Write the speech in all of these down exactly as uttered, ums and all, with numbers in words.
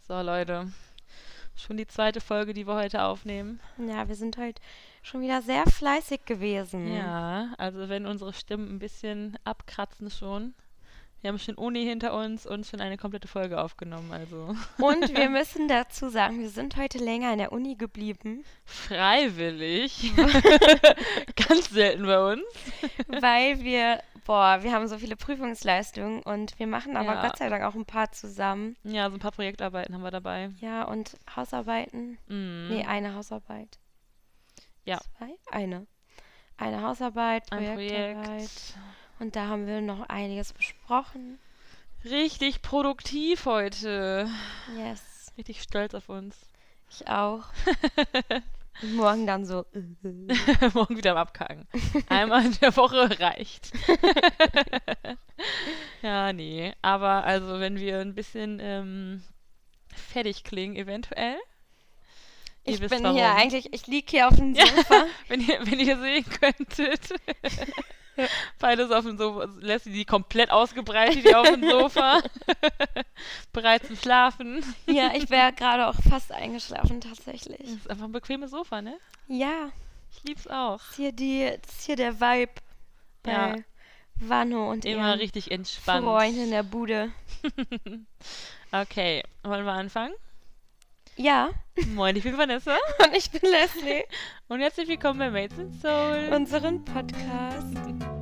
So, Leute. Schon die zweite Folge, die wir heute aufnehmen. Ja, wir sind heute schon wieder sehr fleißig gewesen. Ja, also wenn unsere Stimmen ein bisschen abkratzen schon. Wir haben schon Uni hinter uns und schon eine komplette Folge aufgenommen, also. Und wir müssen dazu sagen, wir sind heute länger in der Uni geblieben. Freiwillig. Ganz selten bei uns. Weil wir, boah, wir haben so viele Prüfungsleistungen und wir machen aber Ja. Gott sei Dank auch ein paar zusammen. Ja, so ein paar Projektarbeiten haben wir dabei. Ja, und Hausarbeiten. Mhm. Nee, eine Hausarbeit. Ja. Zwei? Eine. Eine Hausarbeit, Ein Projektarbeit. Projekt. Und da haben wir noch einiges besprochen. Richtig produktiv heute. Yes, Richtig stolz auf uns. ich auch. Und morgen dann so. Morgen wieder am Abkacken. Einmal in der Woche reicht. Ja, nee. Aber also, wenn wir ein bisschen ähm, fertig klingen, eventuell. Ihr Ich wisst bin warum. hier eigentlich, ich liege hier auf dem Ja. Sofa. Wenn ihr, wenn ihr sehen könntet. Beides auf dem Sofa. Lässt sie die komplett ausgebreitet hier auf dem Sofa. Bereit zum Schlafen. Ja, ich wäre gerade auch fast eingeschlafen, tatsächlich. Das ist einfach ein bequemes Sofa, ne? Ja, Ich lieb's auch. das ist hier, die, das ist hier der Vibe bei Ja. Wanno und Immer ihrem richtig entspannt. Freund in der Bude. Okay, wollen wir anfangen? Ja, Moin, ich bin Vanessa und ich bin Leslie, und herzlich willkommen bei Mates in Soul. unseren Podcast.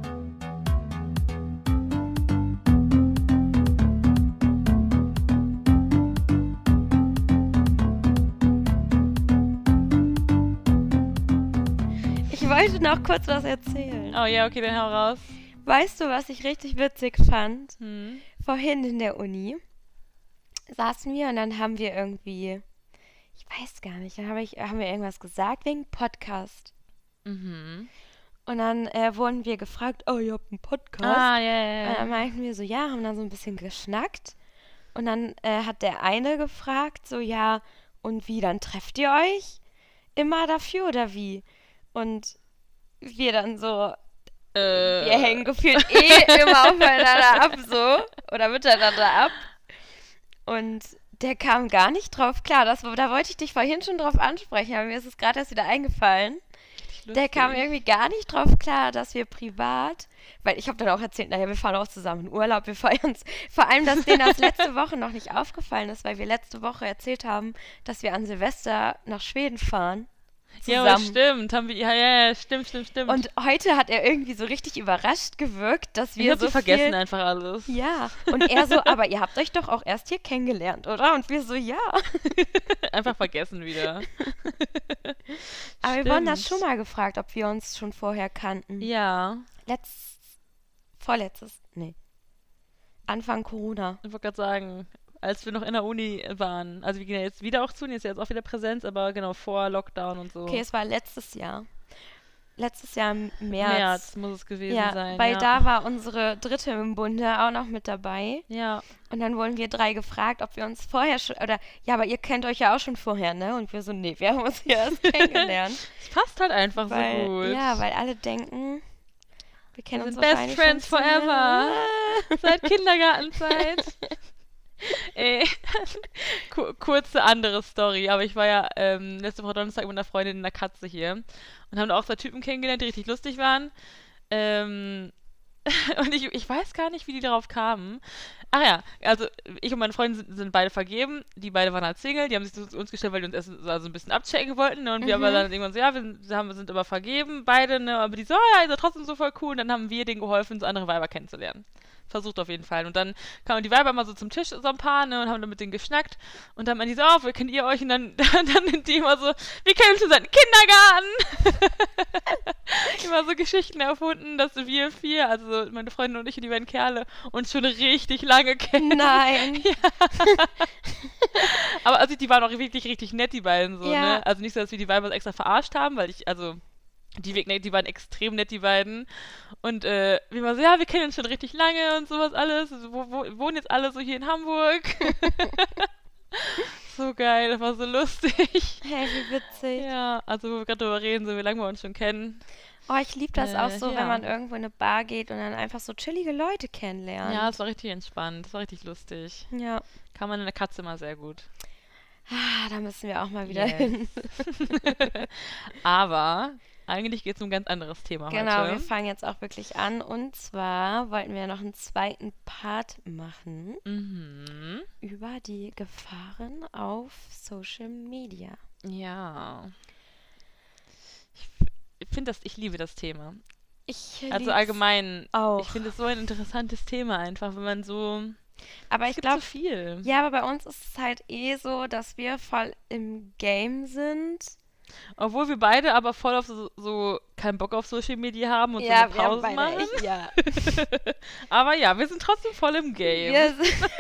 Ich wollte noch kurz was erzählen. Oh ja, okay, dann hau raus. Weißt du, was ich richtig witzig fand? Hm. Vorhin in der Uni saßen wir und dann haben wir irgendwie, ich weiß gar nicht, dann hab ich, haben wir irgendwas gesagt wegen Podcast. Mhm. Und dann äh, wurden wir gefragt, oh, ihr habt einen Podcast? Ah, ja, ja, Und dann ja. meinten wir so, ja, haben dann so ein bisschen geschnackt. Und dann äh, hat der eine gefragt, so, ja, und wie, dann trefft ihr euch immer dafür oder wie? Und wir dann so, Äh, wir hängen gefühlt eh immer aufeinander ab, so. Oder miteinander ab. Und der kam gar nicht drauf klar. Das, da wollte ich dich vorhin schon drauf ansprechen, aber mir ist es gerade erst wieder eingefallen. lustig. Der kam irgendwie gar nicht drauf klar, dass wir privat, weil ich habe dann auch erzählt, naja, wir fahren auch zusammen in Urlaub, wir feiern uns. Vor allem, dass denen das letzte Woche noch nicht aufgefallen ist, weil wir letzte Woche erzählt haben, dass wir an Silvester nach Schweden fahren. Ja, aber Zusammen. stimmt. Haben wir, ja, ja, ja, stimmt, stimmt, stimmt. Und heute hat er irgendwie so richtig überrascht gewirkt, dass ich wir hab so sie vergessen viel... einfach alles. Ja, und er so, aber ihr habt euch doch auch erst hier kennengelernt, oder? Und wir so, ja. Einfach vergessen wieder. Aber wir wurden das Stimmt. schon mal gefragt, ob wir uns schon vorher kannten. Ja, Letzt... Vorletztes... Nee. Anfang Corona. ich wollte gerade sagen, als wir noch in der Uni waren, also wir gehen ja jetzt wieder auch zu, und jetzt ja jetzt auch wieder Präsenz, aber genau vor Lockdown und so. Okay, es war letztes Jahr. Letztes Jahr im März. März muss es gewesen Ja, sein. weil ja. da war unsere Dritte im Bunde auch noch mit dabei. Ja, Und dann wurden wir drei gefragt, ob wir uns vorher schon, oder, ja, aber ihr kennt euch ja auch schon vorher, ne? Und wir so, nee, wir haben uns ja erst kennengelernt. es passt halt einfach weil, so gut. Ja, weil alle denken, wir kennen Wir uns sind Best wahrscheinlich Friends schon forever. zehn Seit Kindergartenzeit. Ey, ku- kurze andere Story, aber ich war ja ähm, letzte Woche Donnerstag mit einer Freundin in der Katze hier und haben da auch zwei Typen kennengelernt, die richtig lustig waren. Ähm, und ich, ich weiß gar nicht, wie die darauf kamen. Ach ja, also ich und meine Freundin sind, sind beide vergeben. Die beide waren halt Single. Die haben sich zu uns gestellt, weil die uns erst so also ein bisschen abchecken wollten. Ne? Und wir Mhm. aber dann irgendwann so, ja, wir sind, wir haben, wir sind aber vergeben, beide. Ne? Aber die so, oh, ja, ihr seid trotzdem so voll cool. Und dann haben wir denen geholfen, so andere Weiber kennenzulernen. Versucht auf jeden Fall. Und dann kamen die Weiber mal so zum Tisch, so ein paar, ne, und haben dann mit denen geschnackt. Und dann meinen die so, oh, wie kennt ihr euch? Und dann, dann sind die immer so, wir kennen uns schon seit dem Kindergarten. Immer so Geschichten erfunden, dass wir vier, also meine Freundin und ich und die beiden Kerle, uns schon richtig lange kennen. Nein. Aber also die waren auch wirklich richtig nett, die beiden so, Ja. ne? Also nicht so, dass wir die Weiber extra verarscht haben, weil ich, also die, wir- die waren extrem nett, die beiden. Und äh, wir waren so, ja, wir kennen uns schon richtig lange und sowas alles. Wo, wo, wohnen jetzt alle so hier in Hamburg. So geil, das war so lustig. Hey, wie witzig. Ja, also wo wir gerade drüber reden, so wie lange wir uns schon kennen. Oh, ich liebe das auch Äh, so, ja. wenn man irgendwo in eine Bar geht und dann einfach so chillige Leute kennenlernt. Ja, es war richtig entspannt, das war richtig lustig. Ja. Kann man in der Katze immer sehr gut. Ah, da müssen wir auch mal wieder Yes. hin. Aber eigentlich geht es um ein ganz anderes Thema Genau, wir heute. fangen jetzt auch wirklich an. Und zwar wollten wir noch einen zweiten Part machen Mhm. über die Gefahren auf Social Media. Ja. Ich, ich finde das, ich liebe das Thema. Ich Also lieb's allgemein, auch. ich finde es so ein interessantes Thema einfach, wenn man so, Aber es ich gibt glaube, so viel. ja, aber bei uns ist es halt eh so, dass wir voll im Game sind. Obwohl wir beide aber voll auf so, so keinen Bock auf Social Media haben und so Ja, eine wir haben Pause beide machen. echt, ja. Aber ja, wir sind trotzdem voll im Game. Wir sind,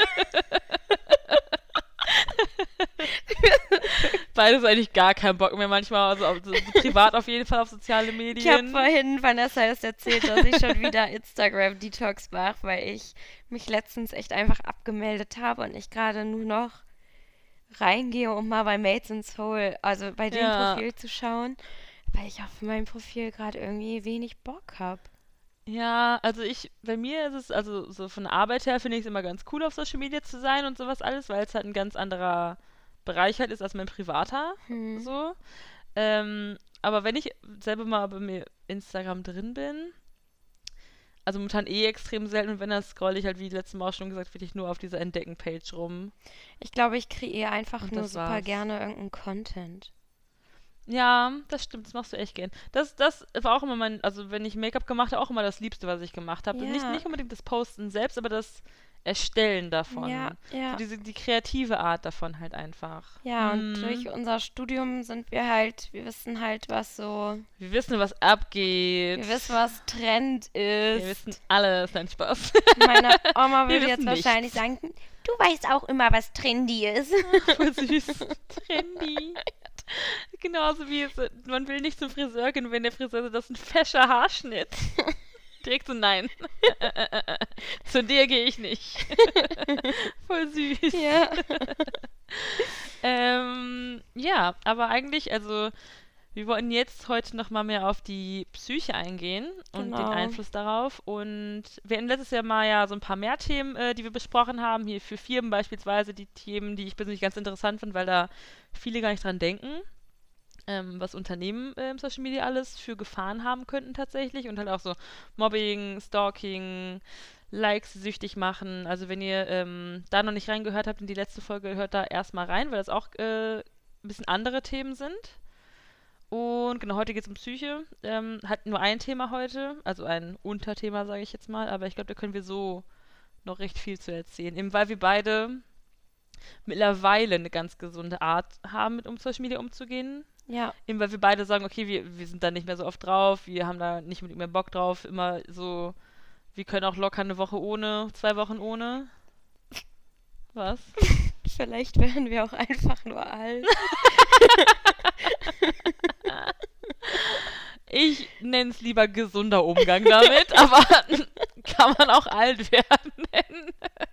Beides eigentlich gar keinen Bock mehr manchmal, also auf- so, so privat auf jeden Fall auf soziale ich habe Medien. vorhin Vanessa erst erzählt, dass ich schon wieder Instagram-Detox mache, weil ich mich letztens echt einfach abgemeldet habe und ich gerade nur noch reingehe, um mal bei Mates in Soul, also bei dem Ja. Profil zu schauen, weil ich auf meinem Profil gerade irgendwie wenig Bock habe. Ja, also ich, bei mir ist es, also so von der Arbeit her finde ich es immer ganz cool, auf Social Media zu sein und sowas alles, weil es halt ein ganz anderer Bereich halt ist als mein privater, Hm. so. Ähm, aber wenn ich selber mal bei mir Instagram drin bin, also momentan eh extrem selten und wenn, dann scroll ich halt, wie letztes Mal auch schon gesagt, wirklich nur auf dieser Entdecken-Page rum. Ich glaube, ich kreiere einfach Und nur das super war's. gerne irgendeinen Content. Ja, das stimmt, das machst du echt gern. Das, das war auch immer mein, also wenn ich Make-up gemacht habe, auch immer das Liebste, was ich gemacht habe. Nicht, Ja. nicht unbedingt das Posten selbst, aber das Erstellen davon. Ja, ja. So diese, die kreative Art davon halt einfach. Ja, und Hm. durch unser Studium sind wir halt, wir wissen halt, was so, Wir wissen, was abgeht. wir wissen, was Trend Wir ist. wissen alles, nein, Spaß. Meine Oma Wir würde jetzt wissen wahrscheinlich sagen, du weißt auch immer, was trendy ist. Voll süß. Trendy. Genauso wie es, man will nicht zum Friseur gehen, wenn der Friseur sagt, das ist ein fescher Haarschnitt. Direkt so, nein. Zu dir gehe ich nicht. Voll süß. Ja. Ähm, ja, aber eigentlich, also, wir wollten jetzt heute nochmal mehr auf die Psyche eingehen und den Genau. Einfluss darauf. Und wir hatten letztes Jahr mal ja so ein paar mehr Themen, äh, die wir besprochen haben. Hier für Firmen beispielsweise die Themen, die ich persönlich ganz interessant finde, weil da viele gar nicht dran denken, ähm, was Unternehmen äh, im Social Media alles für Gefahren haben könnten tatsächlich. Und halt auch so Mobbing, Stalking, Likes süchtig machen. Also wenn ihr ähm, da noch nicht reingehört habt in die letzte Folge, hört da erstmal rein, weil das auch äh, ein bisschen andere Themen sind. Und genau, heute geht es um Psyche. Ähm, hat nur ein Thema heute, also ein Unterthema, sage ich jetzt mal, aber ich glaube, da können wir so noch recht viel zu erzählen. Eben weil wir beide mittlerweile eine ganz gesunde Art haben, mit um Social Media umzugehen. Ja. Eben weil wir beide sagen, okay, wir, wir sind da nicht mehr so oft drauf, wir haben da nicht mehr Bock drauf, immer so, wir können auch locker eine Woche ohne, zwei Wochen ohne. Was? Vielleicht werden wir auch einfach nur alt. Ich nenne es lieber gesunder Umgang damit, aber kann man auch alt werden nennen.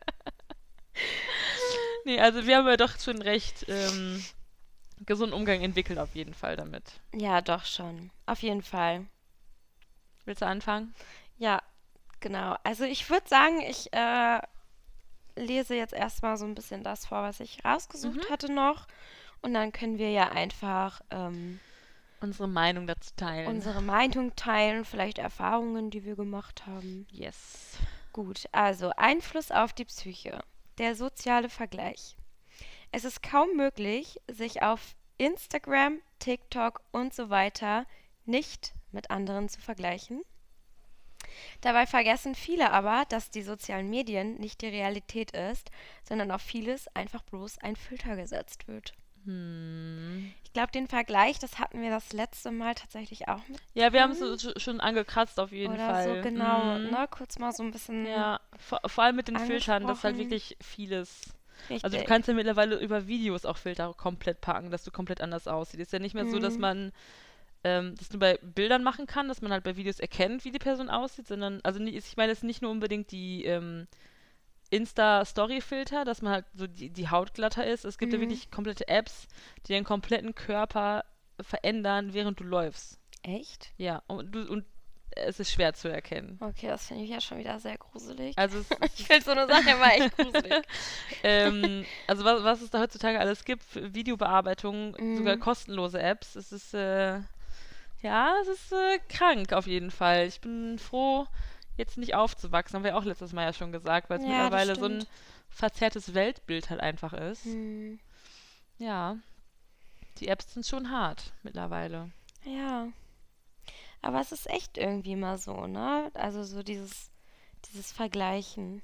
Nee, also wir haben ja doch schon recht ähm, gesunden Umgang entwickelt auf jeden Fall damit. Ja, doch schon. Auf jeden Fall. Willst du anfangen? Ja, genau. Also ich würde sagen, ich äh, lese jetzt erstmal so ein bisschen das vor, was ich rausgesucht Mhm. hatte noch. Und dann können wir ja einfach ähm, Unsere Meinung dazu teilen. unsere Meinung teilen, vielleicht Erfahrungen, die wir gemacht haben. Yes. Gut, also Einfluss auf die Psyche. Der soziale Vergleich. Es ist kaum möglich, sich auf Instagram, TikTok und so weiter nicht mit anderen zu vergleichen. Dabei vergessen viele aber, dass die sozialen Medien nicht die Realität ist, sondern auf vieles einfach bloß ein Filter gesetzt wird. Hm. Ich glaube, den Vergleich, das hatten wir das letzte Mal tatsächlich auch mit. Ja, wir haben es so, sch- schon angekratzt auf jeden Oder Fall. so, genau, Mhm. ne? Kurz mal so ein bisschen Ja, vor, vor allem mit den Filtern, das ist halt angesprochen. wirklich vieles. richtig. Also du kannst ja mittlerweile über Videos auch Filter komplett packen, dass du komplett anders aussiehst. Ist ja nicht mehr so, dass Mhm. man ähm, das nur bei Bildern machen kann, dass man halt bei Videos erkennt, wie die Person aussieht, sondern, also nie- ich meine, es ist nicht nur unbedingt die ähm, Insta-Story-Filter, dass man halt so die, die Haut glatter ist. Es gibt ja Mhm. wirklich komplette Apps, die deinen kompletten Körper verändern, während du läufst. Echt? Ja, und du und es ist schwer zu erkennen. Okay, das finde ich ja schon wieder sehr gruselig. Also es, es Ich finde so eine Sache immer echt gruselig. ähm, also was, was es da heutzutage alles gibt, für Videobearbeitung, Mhm. sogar kostenlose Apps, es ist, äh, ja, es ist äh, krank auf jeden Fall. Ich bin froh, jetzt nicht aufzuwachsen, haben wir ja auch letztes Mal ja schon gesagt, weil es Ja, das mittlerweile so ein stimmt. verzerrtes Weltbild halt einfach ist. Hm. Ja, die Apps sind schon hart mittlerweile. Ja. Aber es ist echt irgendwie mal so, ne? Also so dieses, dieses Vergleichen.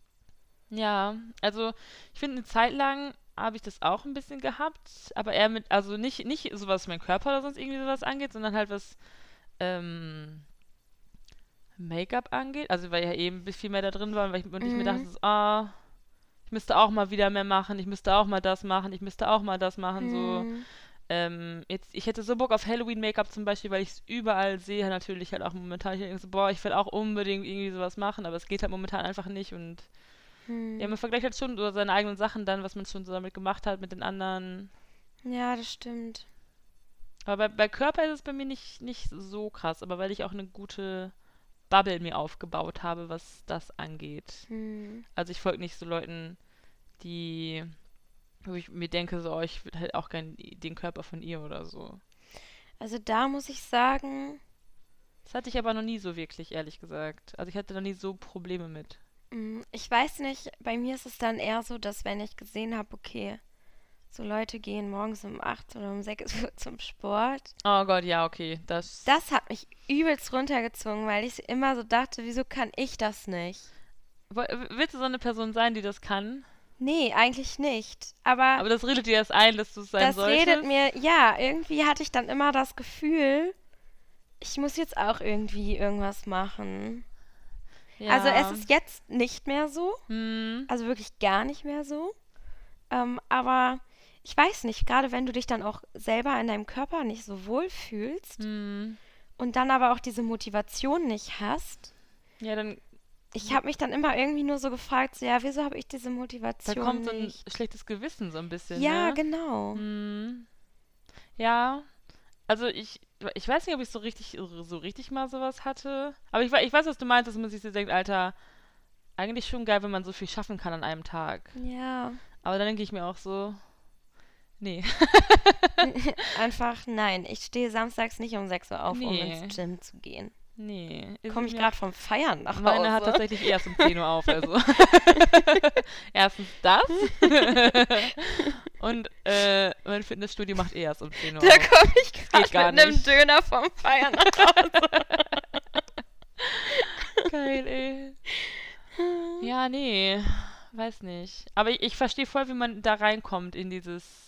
Ja, also ich finde, eine Zeit lang habe ich das auch ein bisschen gehabt, aber eher mit, also nicht, nicht sowas mein Körper oder sonst irgendwie sowas angeht, sondern halt was ähm, Make-up angeht. Also weil ja eben viel mehr da drin war, weil ich, und ich mir dachte, Mhm. so, ah, ich müsste auch mal wieder mehr machen, ich müsste auch mal das machen, ich müsste auch mal das machen, so. Hm. Ähm, jetzt, ich hätte so Bock auf Halloween-Make-up zum Beispiel, weil ich es überall sehe, natürlich halt auch momentan. Ich denke so, boah, ich will auch unbedingt irgendwie sowas machen, aber es geht halt momentan einfach nicht und ja, Hm. man vergleicht halt schon so seine eigenen Sachen dann, was man schon so damit gemacht hat mit den anderen. Ja, das stimmt. Aber bei, bei Körper ist es bei mir nicht, nicht so krass, aber weil ich auch eine gute Bubble mir aufgebaut habe, was das angeht. Hm. Also ich folge nicht so Leuten, die, wo ich mir denke, so, oh, ich würde halt auch gerne den Körper von ihr oder so. Also da muss ich sagen, Das hatte ich aber noch nie so wirklich, ehrlich gesagt. Also ich hatte da nie so Probleme mit. hm, ich weiß nicht, bei mir ist es dann eher so, dass wenn ich gesehen habe, okay, so Leute gehen morgens um acht oder um sechs Uhr zum Sport. Oh Gott, ja, okay. Das. Das hat mich übelst runtergezogen, weil ich immer so dachte, wieso kann ich das nicht? Woll- Willst du so eine Person sein, die das kann? Nee, eigentlich nicht. Aber Aber das redet dir erst ein, dass du es sein das redet solltest? mir, ja, irgendwie hatte ich dann immer das Gefühl, ich muss jetzt auch irgendwie irgendwas machen. Also es Ja. ist jetzt nicht mehr so, Hm. also wirklich gar nicht mehr so. Ähm, aber ich weiß nicht, gerade wenn du dich dann auch selber in deinem Körper nicht so wohl fühlst Hm. und dann aber auch diese Motivation nicht hast, Ja, dann ich habe mich dann immer irgendwie nur so gefragt, so, ja, wieso habe ich diese da Motivation kommt so ein nicht? schlechtes Gewissen so ein bisschen, Ja, ne? genau. Hm. Ja. Also ich, ich weiß nicht, ob ich so richtig, so richtig mal sowas hatte. Aber ich, wei- ich weiß, was du meinst, dass man sich so denkt, Alter, eigentlich schon geil, wenn man so viel schaffen kann an einem Tag. Ja, Aber dann denke ich mir auch so, nee. einfach nein. Ich stehe samstags nicht um sechs Uhr auf, um Nee. ins Gym zu gehen. Nee. Ist Komme es ich mir gerade vom Feiern nach Meine hat Hause. tatsächlich erst um zehn Uhr auf, also. Erstens das. Und äh, mein Fitnessstudio macht eh erst um zehn Uhr Da auf. komme ich geht gerade gar mit einem nicht. Döner vom Feiern nach Hause. Geil, ey. Ja, nee. Weiß nicht. Aber ich, ich verstehe voll, wie man da reinkommt in dieses,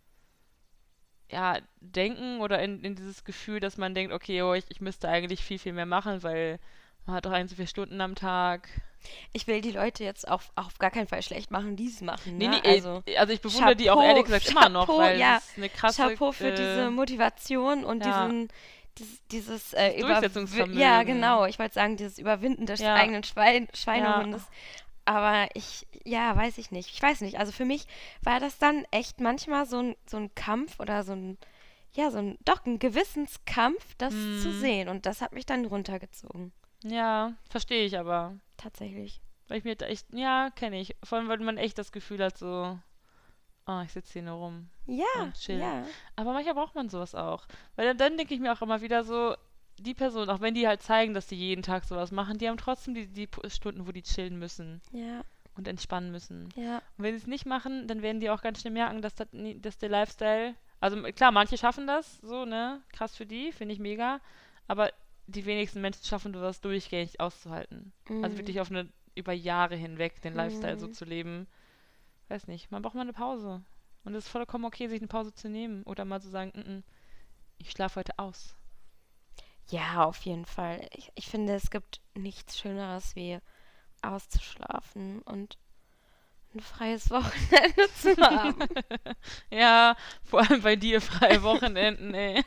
ja, Denken oder in, in dieses Gefühl, dass man denkt, okay, oh, ich, ich müsste eigentlich viel, viel mehr machen, weil man hat doch ein so viele Stunden am Tag. Ich will die Leute jetzt auf, auf gar keinen Fall schlecht machen, die es machen, Nee, ne? nee, Also äh, also ich bewundere die auch Chapeau, ehrlich gesagt immer noch, Chapeau, weil ja, es ist eine krasse, Chapeau für äh, diese Motivation und ja, diesen, dieses, dieses äh, das Überwi- ja, Durchsetzungsvermögen. genau, ich wollte sagen, dieses Überwinden des Ja, eigenen Schwein ja, Schweinehundes. Aber ich, ja, weiß ich nicht. Ich weiß nicht. Also für mich war das dann echt manchmal so ein, so ein Kampf oder so ein, ja, so ein, doch ein Gewissenskampf, das zu hm, sehen. Und das hat mich dann runtergezogen. ja, verstehe ich aber. Tatsächlich. Weil ich mir da echt, ja, kenne ich. Vor allem, weil man echt das Gefühl hat, so, oh, ich sitze hier nur rum Ja, und chill. ja. Aber manchmal braucht man sowas auch. Weil dann, dann denke ich mir auch immer wieder so, die Personen, auch wenn die halt zeigen, dass die jeden Tag sowas machen, die haben trotzdem die, die P- Stunden, wo die chillen müssen Ja, und entspannen müssen. ja. Und wenn sie es nicht machen, dann werden die auch ganz schnell merken, dass, das, nie- dass der Lifestyle, also m- klar, manche schaffen das, so, ne, krass für die, finde ich mega, aber die wenigsten Menschen schaffen sowas durchgängig auszuhalten. Also Mm, wirklich auf eine, über Jahre hinweg den Lifestyle so mm. zu leben. Weiß nicht, man braucht mal eine Pause. Und es ist vollkommen okay, sich eine Pause zu nehmen oder mal zu sagen, "Mm, mm, ich schlafe heute aus." Ja, auf jeden Fall. Ich, ich finde, es gibt nichts Schöneres, wie auszuschlafen und ein freies Wochenende zu haben. Ja, vor allem bei dir freie Wochenenden, ey.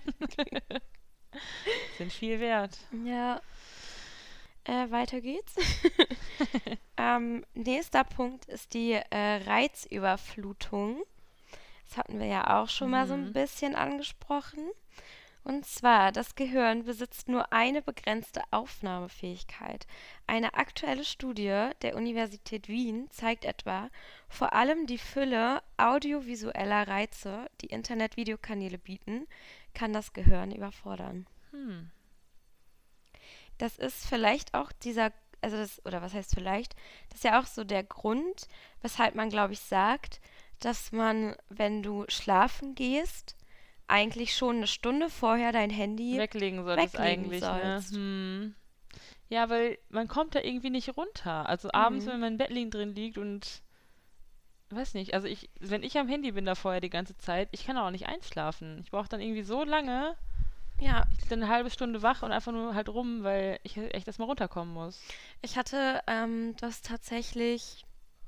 Sind viel wert. Ja, äh, weiter geht's. Ähm, nächster Punkt ist die äh, Reizüberflutung. Das hatten wir ja auch schon mal so ein Mhm. bisschen angesprochen. Und zwar, das Gehirn besitzt nur eine begrenzte Aufnahmefähigkeit. Eine aktuelle Studie der Universität Wien zeigt etwa, vor allem die Fülle audiovisueller Reize, die Internet-Videokanäle bieten, kann das Gehirn überfordern. Hm. Das ist vielleicht auch dieser, also das, oder was heißt vielleicht, das ist ja auch so der Grund, weshalb man, glaube ich, sagt, dass man, wenn du schlafen gehst, eigentlich schon eine Stunde vorher dein Handy Weglegen solltest weglegen eigentlich, sollst. ne? Hm. Ja, weil man kommt da irgendwie nicht runter. Also abends, Mhm. wenn man im Bett liegen drin liegt und weiß nicht, also ich, wenn ich am Handy bin da vorher die ganze Zeit, ich kann auch nicht einschlafen. Ich brauche dann irgendwie so lange, Ja, ich bin eine halbe Stunde wach und einfach nur halt rum, weil ich echt erstmal runterkommen muss. ich hatte ähm, das tatsächlich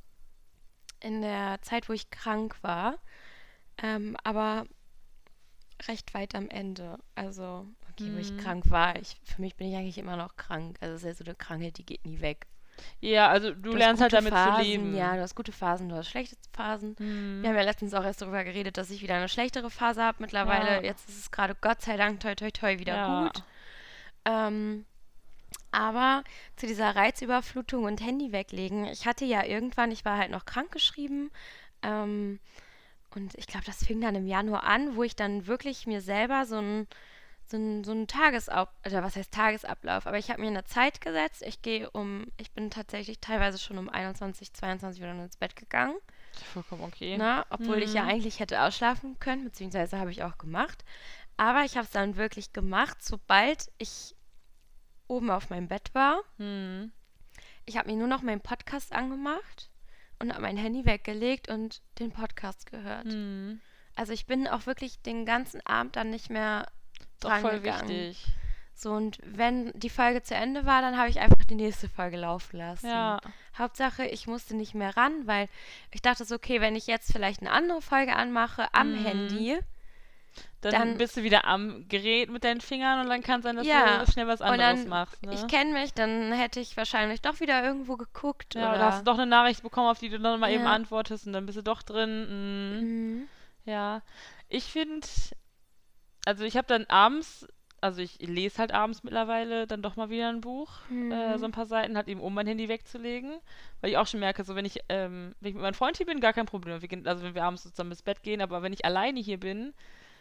in der Zeit, wo ich krank war, ähm, aber recht weit am Ende. Also, okay, wo ich Hm. krank war, ich, für mich bin ich eigentlich immer noch krank. Also, es ist ja so eine Krankheit, die geht nie weg. Ja, also du, Du hast lernst halt gute damit Phasen, zu leben. ja, du hast gute Phasen, du hast schlechte Phasen. Wir Hm. haben ja letztens auch erst darüber geredet, dass ich wieder eine schlechtere Phase habe mittlerweile. Ja. Jetzt ist es gerade Gott sei Dank toi toi toi wieder Ja. gut. Ähm, aber zu dieser Reizüberflutung und Handy weglegen, ich hatte ja irgendwann, ich war halt noch krankgeschrieben, ähm, und ich glaube, das fing dann im Januar an, wo ich dann wirklich mir selber so ein so ein, so ein Tagesab oder was heißt Tagesablauf, aber ich habe mir eine Zeit gesetzt. Ich gehe um, ich bin tatsächlich teilweise schon um einundzwanzig, zweiundzwanzig Uhr dann ins Bett gegangen, Vollkommen okay. ne? Obwohl ich ja Hm. eigentlich hätte ausschlafen können, beziehungsweise habe ich auch gemacht. Aber ich habe es dann wirklich gemacht, sobald ich oben auf meinem Bett war. Hm. Ich habe mir nur noch meinen Podcast angemacht und habe mein Handy weggelegt und den Podcast gehört. Hm. Also ich bin auch wirklich den ganzen Abend dann nicht mehr Ist auch voll drangegangen. wichtig. So, und wenn die Folge zu Ende war, dann habe ich einfach die nächste Folge laufen lassen. Ja. Hauptsache, ich musste nicht mehr ran, weil ich dachte so, okay, wenn ich jetzt vielleicht eine andere Folge anmache am Mhm. Handy, Dann, Dann- bist du wieder am Gerät mit deinen Fingern und dann kann es sein, dass Ja, du schnell was und anderes dann, machst. Ne? ich kenne mich, dann hätte ich wahrscheinlich doch wieder irgendwo geguckt Ja, oder... oder hast du doch eine Nachricht bekommen, auf die du dann mal eben Ja. antwortest und dann bist du doch drin. Mhm. Mhm. Ja, ich finde, also ich habe dann abends, also ich lese halt abends mittlerweile dann doch mal wieder ein Buch, äh, so ein paar Seiten, halt eben um mein Handy wegzulegen, weil ich auch schon merke, so wenn ich, ähm, wenn ich mit meinem Freund hier bin, gar kein Problem, wir gehen, also wenn wir abends zusammen ins Bett gehen, aber wenn ich alleine hier bin,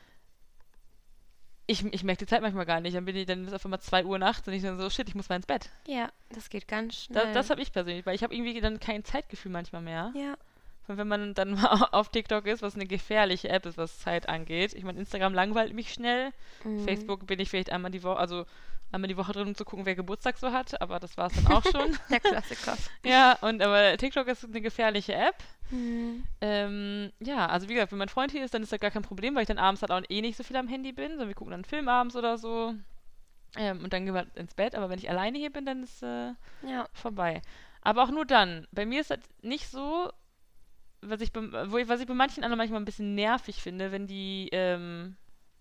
ich, ich merke die Zeit manchmal gar nicht, dann bin ich, dann ist es auf einmal zwei Uhr nachts und ich dann so, shit, ich muss mal ins Bett. Ja, das geht ganz Da, schnell. das habe ich persönlich, weil ich habe irgendwie dann kein Zeitgefühl manchmal mehr. Ja, Und wenn man dann mal auf TikTok ist, was eine gefährliche App ist, was Zeit angeht. Ich meine, Instagram langweilt mich schnell. mhm. Facebook bin ich vielleicht einmal die Woche, also einmal die Woche drin, um zu gucken, wer Geburtstag so hat, aber das war es dann auch schon. Der Klassiker. Ja, und aber TikTok ist eine gefährliche App. Mhm. Ähm, ja, also wie gesagt, wenn mein Freund hier ist, dann ist das gar kein Problem, weil ich dann abends halt auch eh nicht so viel am Handy bin, sondern wir gucken dann einen Film abends oder so. Ähm, und dann gehen wir ins Bett, aber wenn ich alleine hier bin, dann ist äh, Ja, vorbei. Aber auch nur dann. Bei mir ist das nicht so, was ich, bei, wo ich, was ich bei manchen anderen manchmal ein bisschen nervig finde, wenn die ähm,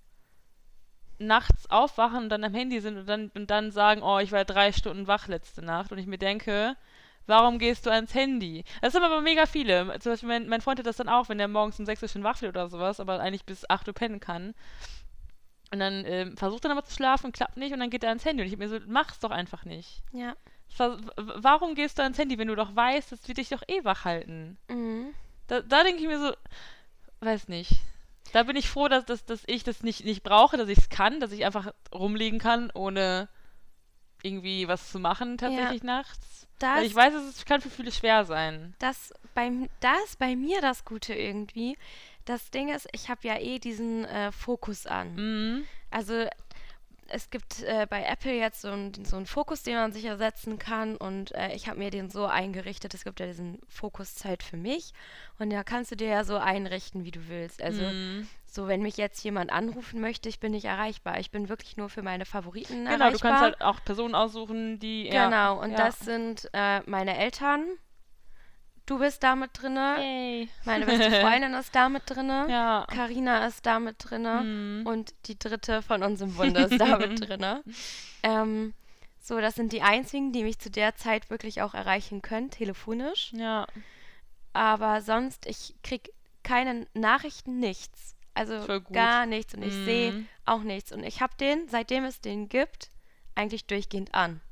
nachts aufwachen und dann am Handy sind und dann, und dann sagen, oh, ich war drei Stunden wach letzte Nacht und ich mir denke, warum gehst du ans Handy? Das sind aber mega viele. Zum Beispiel mein, mein Freund hat das dann auch, wenn der morgens um sechs Uhr schon wach wird oder sowas, aber eigentlich bis acht Uhr pennen kann. Und dann ähm, versucht er nochmal zu schlafen, klappt nicht und dann geht er ans Handy. Und ich hab mir so, mach's doch einfach nicht. ja. Ver- w- Warum gehst du ans Handy, wenn du doch weißt, das wird dich doch eh wach halten? Mhm. Da, da denke ich mir so, weiß nicht. Da bin ich froh, dass, dass, dass ich das nicht, nicht brauche, dass ich es kann, dass ich einfach rumliegen kann, ohne irgendwie was zu machen tatsächlich nachts. Weil Das, ich weiß, es ist- kann für viele schwer sein. das, beim, da ist bei mir das Gute irgendwie. Das Ding ist, ich habe ja eh diesen äh, Fokus an. Mhm. Also es gibt äh, bei Apple jetzt so einen so einen Fokus, den man sich ersetzen kann und äh, ich habe mir den so eingerichtet, es gibt ja diesen Fokuszeit für mich und da kannst du dir ja so einrichten, wie du willst. Also Mhm. so, wenn mich jetzt jemand anrufen möchte, ich bin nicht erreichbar. Ich bin wirklich nur für meine Favoriten Genau, du erreichbar. kannst halt auch Personen aussuchen, die. Ja, Genau, und ja. das sind äh, meine Eltern. Du bist da mit drinne. Yay. Meine beste Freundin ist da mit drinne. Ja. Carina ist da mit drinne. Mhm. Und die dritte von uns im Bunde ist da mit drinne. Ähm, so, das sind die einzigen, die mich zu der Zeit wirklich auch erreichen können, telefonisch. Ja. Aber sonst, ich krieg keine Nachrichten, nichts. Also Voll gut. gar nichts und ich Mhm. sehe auch nichts. Und ich habe den, seitdem es den gibt, eigentlich durchgehend an.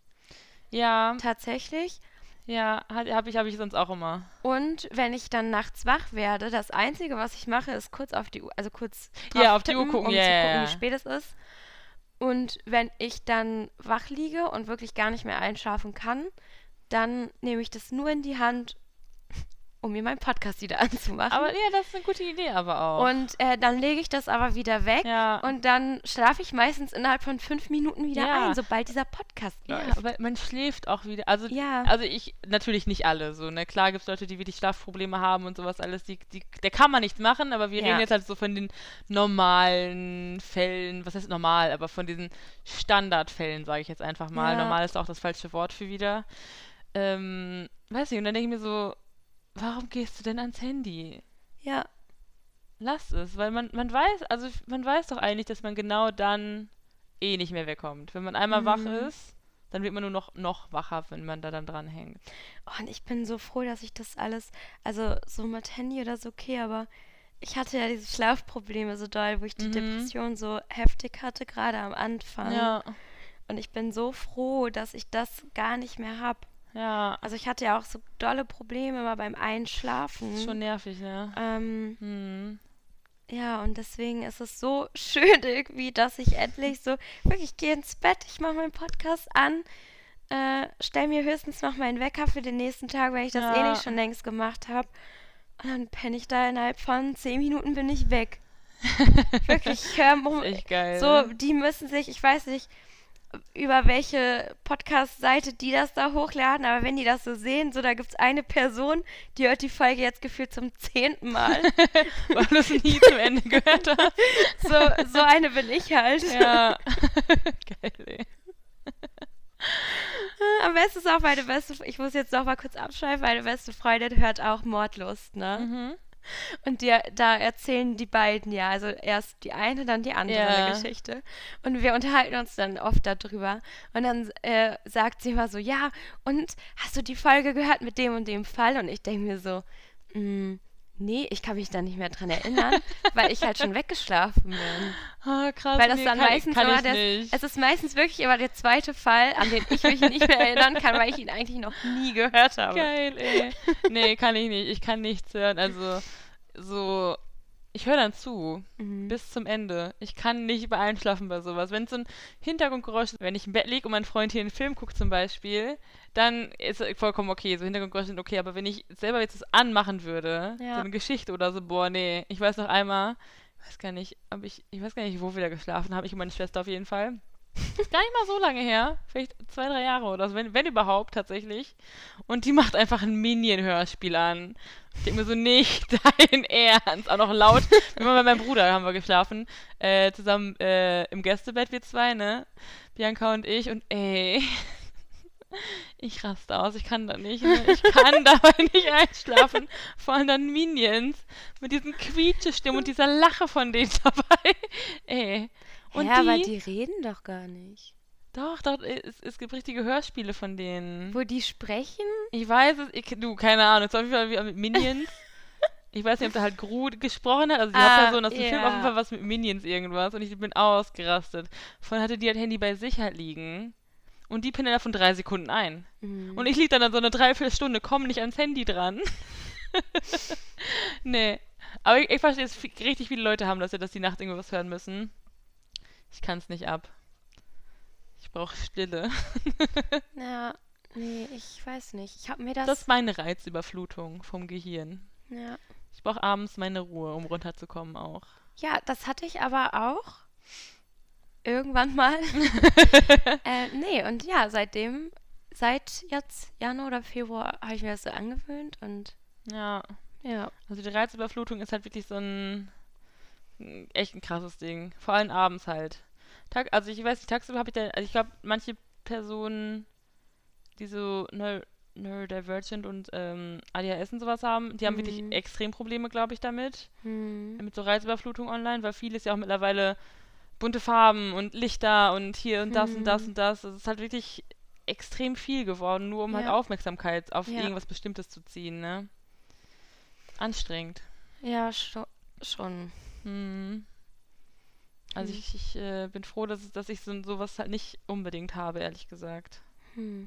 Ja, Tatsächlich. ja, habe ich, hab ich sonst auch immer. Und wenn ich dann nachts wach werde, das Einzige, was ich mache, ist kurz auf die Uhr, also kurz drauf Ja, auf die Uhr tippen, gucken, um ja, zu ja, gucken, wie ja. spät es ist. Und wenn ich dann wach liege und wirklich gar nicht mehr einschlafen kann, dann nehme ich das nur in die Hand, um mir meinen Podcast wieder anzumachen. Aber ja, das ist eine gute Idee aber auch. Und äh, dann lege ich das aber wieder weg Ja. und dann schlafe ich meistens innerhalb von fünf Minuten wieder Ja. ein, sobald dieser Podcast Ja, läuft. aber man schläft auch wieder. Also, Ja. also ich, natürlich nicht alle so, ne? Klar gibt es Leute, die wirklich Schlafprobleme haben und sowas alles. Die, die, da kann man nichts machen, aber wir Ja. reden jetzt halt so von den normalen Fällen. Was heißt normal? Aber von diesen Standardfällen, sage ich jetzt einfach mal. Ja. Normal ist auch das falsche Wort für wieder. Ähm, weiß nicht, und dann denke ich mir so, warum gehst du denn ans Handy? Ja, Lass es, weil man, man weiß, also man weiß doch eigentlich, dass man genau dann eh nicht mehr wegkommt. Wenn man einmal Mhm. wach ist, dann wird man nur noch, noch wacher, wenn man da dann dran hängt. oh, und ich bin so froh, dass ich das alles, also so mit Handy oder so okay, aber ich hatte ja diese Schlafprobleme so doll, wo ich die Mhm. Depression so heftig hatte, gerade am Anfang. Ja, Und ich bin so froh, dass ich das gar nicht mehr habe. ja, Also ich hatte ja auch so dolle Probleme immer beim Einschlafen. ist schon nervig, ne? Ähm, Hm. ja, und deswegen ist es so schön irgendwie, dass ich endlich so, wirklich, ich gehe ins Bett, ich mache meinen Podcast an, äh, stell mir höchstens noch meinen Wecker für den nächsten Tag, weil ich das eh Ja. nicht schon längst gemacht habe. Und dann penne ich da innerhalb von zehn Minuten bin ich weg. Wirklich, ich höre Ist echt geil. so, ne? die müssen sich, ich weiß nicht, über welche Podcast-Seite die das da hochladen, aber wenn die das so sehen, so da gibt es eine Person, die hört die Folge jetzt gefühlt zum zehnten Mal. Weil du es nie zum Ende gehört hast. So, so eine bin ich halt. Ja. Geil, ey. Am besten ist auch meine beste, ich muss jetzt noch mal kurz abschreiben, meine beste Freundin hört auch Mordlust, ne? Mhm. Und die, da erzählen die beiden ja, also erst die eine, dann die andere Ja. eine Geschichte. Und wir unterhalten uns dann oft darüber. Und dann äh, sagt sie immer so, ja, und hast du die Folge gehört mit dem und dem Fall? Und ich denke mir so, mm, nee, ich kann mich da nicht mehr dran erinnern, weil ich halt schon weggeschlafen bin. Ah, krass. Weil das nee, dann kann, meistens kann immer ich der, nicht. es ist meistens wirklich immer der zweite Fall, an den ich mich nicht mehr erinnern kann, weil ich ihn eigentlich noch nie gehört habe. Geil, ey. Nee, kann ich nicht. Ich kann nichts hören. Also, so, ich höre dann zu. Mhm. Bis zum Ende. Ich kann nicht bei Einschlafen bei sowas. Wenn es so ein Hintergrundgeräusch ist, wenn ich im Bett liege und mein Freund hier einen Film guckt zum Beispiel, dann ist es vollkommen okay. So Hintergrundgeräusche sind okay. Aber wenn ich selber jetzt das anmachen würde, Ja. so eine Geschichte oder so, boah, nee. Ich weiß noch einmal, ich weiß gar nicht, ob ich, ich weiß gar nicht, wo wir da geschlafen haben. Ich und meine Schwester auf jeden Fall. Ist gar nicht mal so lange her. Vielleicht zwei, drei Jahre oder so, wenn, wenn überhaupt tatsächlich. Und die macht einfach ein Minion-Hörspiel an. Ich denke mir so, nicht dein Ernst. Auch noch laut. Wir waren bei meinem Bruder, haben wir geschlafen. Äh, zusammen äh, im Gästebett, wir zwei, ne? Bianca und ich. Und ey, ich raste aus. Ich kann da nicht. Ne? Ich kann dabei nicht einschlafen. Vor allem dann Minions. Mit diesen Quietschestimmen und dieser Lache von denen dabei. Ey. Und ja, die, aber die reden doch gar nicht. Doch, doch, es, es gibt richtige Hörspiele von denen. Wo die sprechen? Ich weiß es, ich, du, keine Ahnung, es ist auf jeden Fall wie mit Minions. Ich weiß nicht, ob da halt Gru gesprochen hat, also die Ah, Hauptperson aus dem Film, ja. auf jeden Fall was mit Minions irgendwas und ich bin ausgerastet. Vorhin hatte die halt Handy bei sich halt liegen und die pinnen davon drei Sekunden ein. Mhm. Und ich lieg dann an so eine Dreiviertelstunde, komme nicht ans Handy dran. Nee, aber ich, ich verstehe, dass viel, richtig viele Leute haben das ja, dass die nachts irgendwas hören müssen. Ich kann es nicht ab. Ich brauche Stille. Ja, nee, ich weiß nicht. Ich habe mir das... Das ist meine Reizüberflutung vom Gehirn. ja. Ich brauche abends meine Ruhe, um runterzukommen auch. ja, das hatte ich aber auch. Irgendwann mal. äh, nee, und ja, seitdem, seit jetzt Januar oder Februar habe ich mir das so angewöhnt und Ja, ja. also die Reizüberflutung ist halt wirklich so ein ein- echt ein krasses Ding. Vor allem abends halt. Tag, also ich weiß nicht, tagsüber habe ich da, also ich glaube, manche Personen, die so Neu Neurodivergent und ähm, A D H S und sowas haben, die haben wirklich Mhm. extrem Probleme, glaube ich, damit. Hm. Mit so Reizüberflutung online, weil vieles ja auch mittlerweile bunte Farben und Lichter und hier und das und das Mhm. und das. Es ist halt wirklich extrem viel geworden, nur um halt Ja. Aufmerksamkeit auf Ja. irgendwas Bestimmtes zu ziehen, ne? Anstrengend. Ja, scho schon. Hm. Also Hm. ich, ich äh, bin froh, dass, es- dass ich so, sowas halt nicht unbedingt habe, ehrlich gesagt. Hm.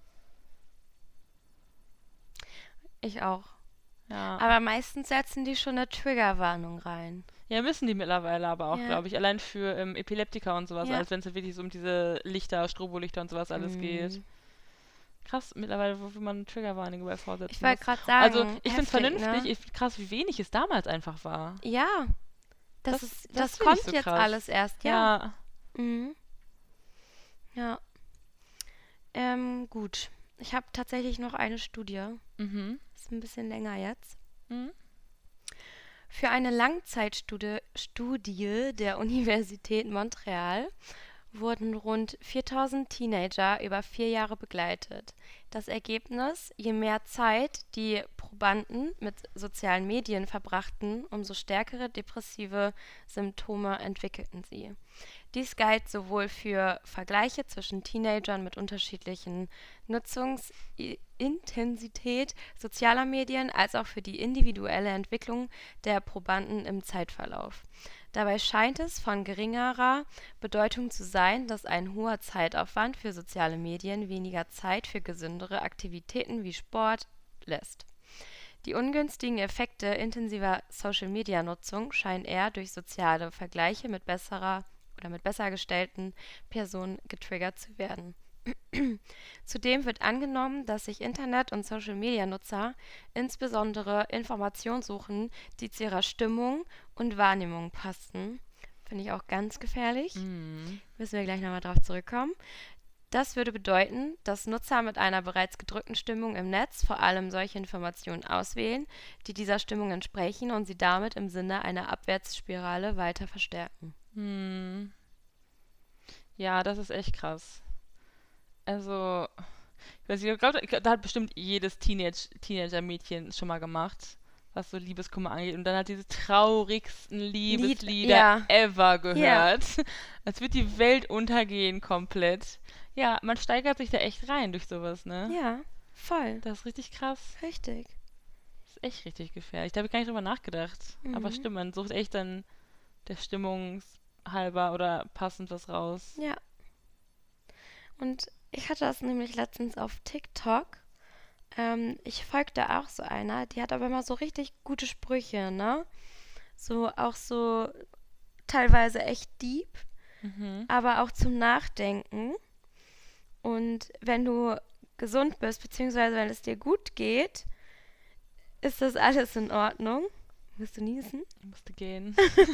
Ich auch. Ja. Aber meistens setzen die schon eine Triggerwarnung rein. Ja, müssen die mittlerweile aber auch, Ja, glaube ich. Allein für ähm, Epileptiker und sowas, ja. als wenn es wirklich so um diese Lichter, Strobolichter und sowas alles geht. Hm. Krass, mittlerweile, wofür man Triggerwarnung überall Ich vorsetzen wollte muss. gerade Also, sagen, ich finde es heftig, vernünftig, ne? ich finde krass, wie wenig es damals einfach war. Ja, das Das, ist, das das finde ich kommt so jetzt krass. alles erst, ja. Ja. Mhm. Ja. Ähm, gut. Ich habe tatsächlich noch eine Studie. Mhm. Ist ein bisschen länger jetzt. Mhm. Für eine Langzeitstudie Studie der Universität Montreal wurden rund viertausend Teenager über vier Jahre begleitet. Das Ergebnis: Je mehr Zeit die Probanden mit sozialen Medien verbrachten, umso stärkere depressive Symptome entwickelten sie. Dies galt sowohl für Vergleiche zwischen Teenagern mit unterschiedlichen Nutzungsintensität sozialer Medien als auch für die individuelle Entwicklung der Probanden im Zeitverlauf. Dabei scheint es von geringerer Bedeutung zu sein, dass ein hoher Zeitaufwand für soziale Medien weniger Zeit für gesündere Aktivitäten wie Sport lässt. Die ungünstigen Effekte intensiver Social-Media-Nutzung scheinen eher durch soziale Vergleiche mit besserer oder mit besser gestellten Personen getriggert zu werden. Zudem wird angenommen, dass sich Internet- und Social-Media-Nutzer insbesondere Informationen suchen, die zu ihrer Stimmung und Wahrnehmung passen. Finde ich auch ganz gefährlich. Mhm. Müssen wir gleich nochmal drauf zurückkommen. Das würde bedeuten, dass Nutzer mit einer bereits gedrückten Stimmung im Netz vor allem solche Informationen auswählen, die dieser Stimmung entsprechen und sie damit im Sinne einer Abwärtsspirale weiter verstärken. Hm. Ja, das ist echt krass. Also, ich weiß nicht, ich glaube, da hat bestimmt jedes Teenage, Teenager-Mädchen schon mal gemacht, was so Liebeskummer angeht. Und dann hat diese traurigsten Lied, Liebeslieder ja, ever ja, gehört. Als würde die Welt untergehen komplett. Ja, man steigert sich da echt rein durch sowas, ne? ja, voll, Das ist richtig krass. richtig. Das ist echt richtig gefährlich. Da habe ich gar nicht drüber nachgedacht. Aber Mhm. stimmt, man sucht echt dann der Stimmungshalber oder passend was raus. Ja, und ich hatte das nämlich letztens auf TikTok. Ähm, ich folgte auch so einer, die hat aber immer so richtig gute Sprüche, ne? So auch so teilweise echt deep, Mhm. aber auch zum Nachdenken. Und wenn du gesund bist, beziehungsweise wenn es dir gut geht, ist das alles in Ordnung. Musst du niesen? Ich musste gehen.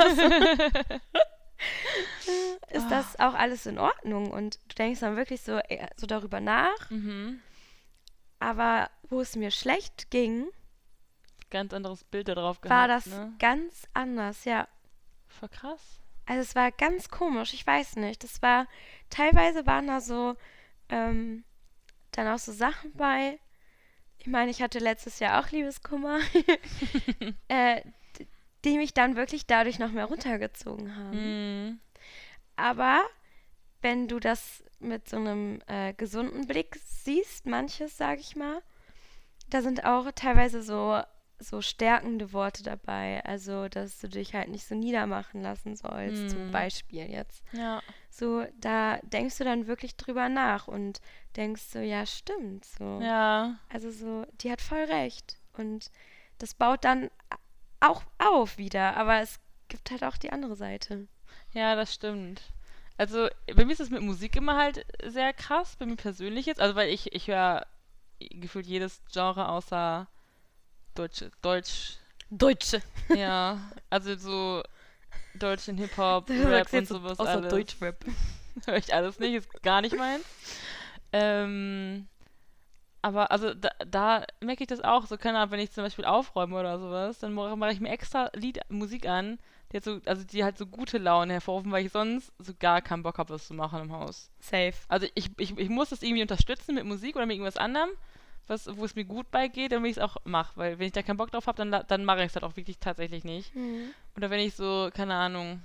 Ist Ah. das auch alles in Ordnung? Und du denkst dann wirklich so, eher so darüber nach. Mhm. Aber wo es mir schlecht ging, Ganz anderes Bild da drauf war gehabt, das ne? ganz anders, ja. Voll krass. Also es war ganz komisch, ich weiß nicht. Das war, teilweise waren da so, ähm, dann auch so Sachen bei. Ich meine, ich hatte letztes Jahr auch Liebeskummer, äh, d- die mich dann wirklich dadurch noch mehr runtergezogen haben. Mhm. Aber wenn du das mit so einem äh, gesunden Blick siehst, manches, sage ich mal, da sind auch teilweise so, so stärkende Worte dabei. Also, dass du dich halt nicht so niedermachen lassen sollst, zum Mhm. Beispiel jetzt. Ja. So, da denkst du dann wirklich drüber nach und denkst so, ja, stimmt, so. Ja. Also so, die hat voll recht. Und das baut dann auch auf wieder, aber es gibt halt auch die andere Seite. Ja, das stimmt. Also, bei mir ist es mit Musik immer halt sehr krass, bei mir persönlich jetzt. Also, weil ich, ich höre gefühlt jedes Genre außer Deutsch, Deutsch, Deutsche. ja. Also so deutschen Hip-Hop, Du Rap sagst und jetzt so, sowas außer alles. Deutschrap. Höre ich alles nicht, ist gar nicht meins. Ähm, aber also da, da merke ich das auch, so keine Ahnung, wenn ich zum Beispiel aufräume oder sowas, dann mache mach ich mir extra Lied, Musik an, die, hat so, also die halt so gute Laune hervorrufen, weil ich sonst so gar keinen Bock habe, was zu machen im Haus. Safe. Also ich, ich, ich muss das irgendwie unterstützen mit Musik oder mit irgendwas anderem, was, wo es mir gut beigeht, damit ich es auch mache. Weil wenn ich da keinen Bock drauf habe, dann, la- dann mache ich es halt auch wirklich tatsächlich nicht. Mhm. Oder wenn ich so, keine Ahnung,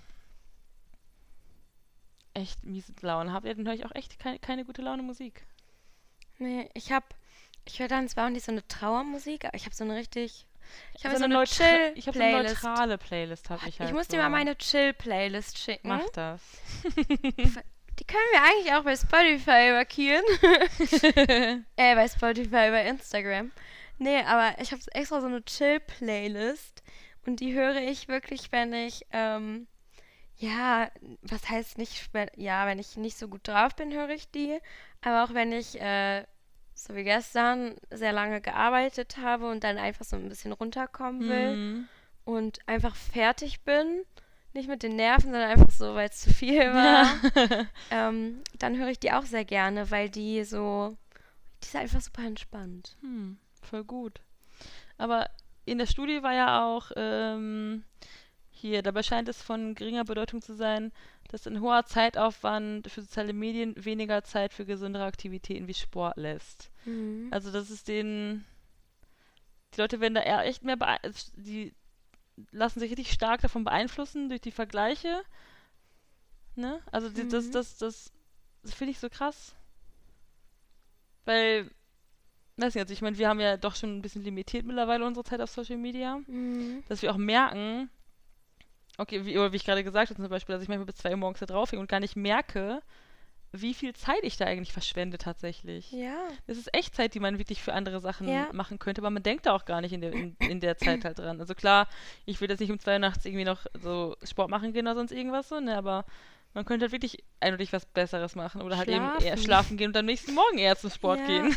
echt miese Laune habe, ja, dann höre ich auch echt keine, keine gute Laune Musik. Nee, ich hab, ich höre dann zwar auch nicht so eine Trauermusik, aber ich habe so eine richtig Ich habe so so eine eine neutra- ich habe so eine Chill-Playlist. neutrale Playlist, habe ich halt Ich muss so. dir mal meine Chill-Playlist schicken. Mach das. Die können wir eigentlich auch bei Spotify markieren. äh, bei Spotify, bei Instagram. Nee, aber ich habe extra so eine Chill-Playlist und die höre ich wirklich, wenn ich, ähm, ja, was heißt nicht, wenn, ja, wenn ich nicht so gut drauf bin, höre ich die. Aber auch wenn ich, äh, so wie gestern, sehr lange gearbeitet habe und dann einfach so ein bisschen runterkommen will Hm. und einfach fertig bin, nicht mit den Nerven, sondern einfach so, weil es zu viel war, Ja. ähm, dann höre ich die auch sehr gerne, weil die so, die ist einfach super entspannt. Hm, voll gut. Aber in der Studie war ja auch ähm, hier, dabei scheint es von geringer Bedeutung zu sein, dass ein hoher Zeitaufwand für soziale Medien weniger Zeit für gesündere Aktivitäten wie Sport lässt. Mhm. Also das ist den, die Leute werden da eher echt mehr beeinflusst, die lassen sich richtig stark davon beeinflussen durch die Vergleiche. Ne? Also die, das, Mhm. das, das, das finde ich so krass. Weil, weiß nicht, also ich meine, wir haben ja doch schon ein bisschen limitiert mittlerweile unsere Zeit auf Social Media, Mhm. dass wir auch merken, okay, wie, oder wie ich gerade gesagt habe zum Beispiel, dass ich manchmal bis zwei Uhr morgens da drauf hänge und gar nicht merke, wie viel Zeit ich da eigentlich verschwende tatsächlich. Ja. Das ist echt Zeit, die man wirklich für andere Sachen Ja. machen könnte, aber man denkt da auch gar nicht in der, in, in der Zeit halt dran. Also klar, ich will jetzt nicht um zwei Uhr nachts irgendwie noch so Sport machen gehen oder sonst irgendwas so, ne, aber man könnte halt wirklich eindeutig was Besseres machen oder halt eben eher Schlafen. schlafen gehen und am nächsten Morgen eher zum Sport Ja. gehen.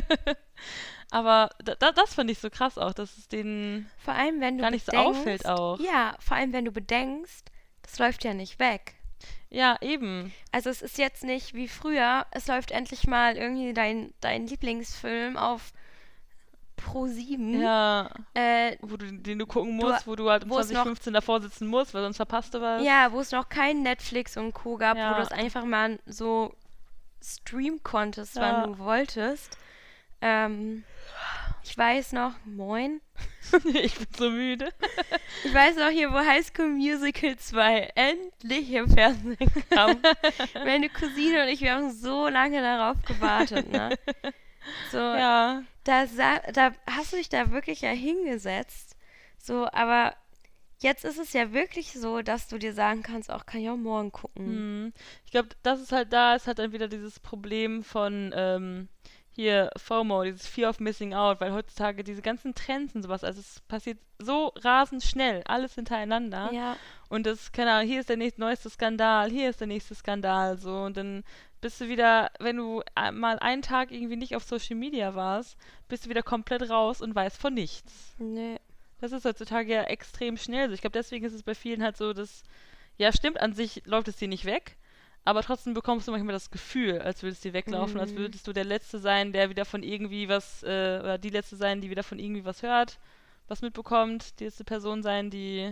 Aber da, da, das fand ich so krass auch, dass es denen Vor allem, wenn du gar nicht so bedenkst, auffällt auch. ja, vor allem, wenn du bedenkst, das läuft ja nicht weg. Ja, eben. Also es ist jetzt nicht wie früher, es läuft endlich mal irgendwie dein, dein Lieblingsfilm auf Pro sieben. Ja, Äh, wo du, den du gucken Du- musst, wo du halt um wo es zwanzig noch- fünfzehn davor sitzen musst, weil sonst verpasst du was. ja, wo es noch kein Netflix und Co. gab, Ja. wo du es einfach mal so streamen konntest, Ja. wann du wolltest. Ähm, ich weiß noch, moin. Ich bin so müde. Ich weiß noch hier, wo High School Musical zwei endlich im Fernsehen kam. Meine Cousine und ich, wir haben so lange darauf gewartet, ne? So, Ja. da, sa- da hast du dich da wirklich ja hingesetzt. So, aber jetzt ist es ja wirklich so, dass du dir sagen kannst, auch kann ich auch morgen gucken. Hm. Ich glaube, das ist halt da, ist halt dann wieder dieses Problem von ähm, hier FOMO, dieses Fear of Missing Out, weil heutzutage diese ganzen Trends und sowas, also es passiert so rasend schnell, alles hintereinander. Ja, Und das, keine Ahnung, hier ist der nächste, neueste Skandal, hier ist der nächste Skandal, so. Und dann bist du wieder, wenn du äh, mal einen Tag irgendwie nicht auf Social Media warst, bist du wieder komplett raus und weißt von nichts. nee. Das ist heutzutage ja extrem schnell so. Ich glaube, deswegen ist es bei vielen halt so, dass, ja, stimmt, an sich läuft es dir nicht weg, aber trotzdem bekommst du manchmal das Gefühl, als würdest du dir weglaufen, Mhm. als würdest du der Letzte sein, der wieder von irgendwie was, äh, oder die Letzte sein, die wieder von irgendwie was hört, was mitbekommt, die letzte Person sein, die.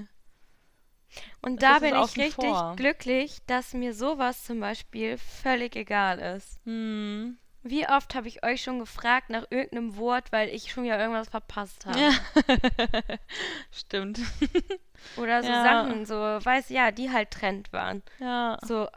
Und Das da ist bin ich außen richtig vor. glücklich, dass mir sowas zum Beispiel völlig egal ist. Hm. Wie oft habe ich euch schon gefragt nach irgendeinem Wort, weil ich schon wieder irgendwas verpasst habe? Ja. Stimmt. Oder so Ja. Sachen, so, weiß ja, die halt Trend waren. Ja. So,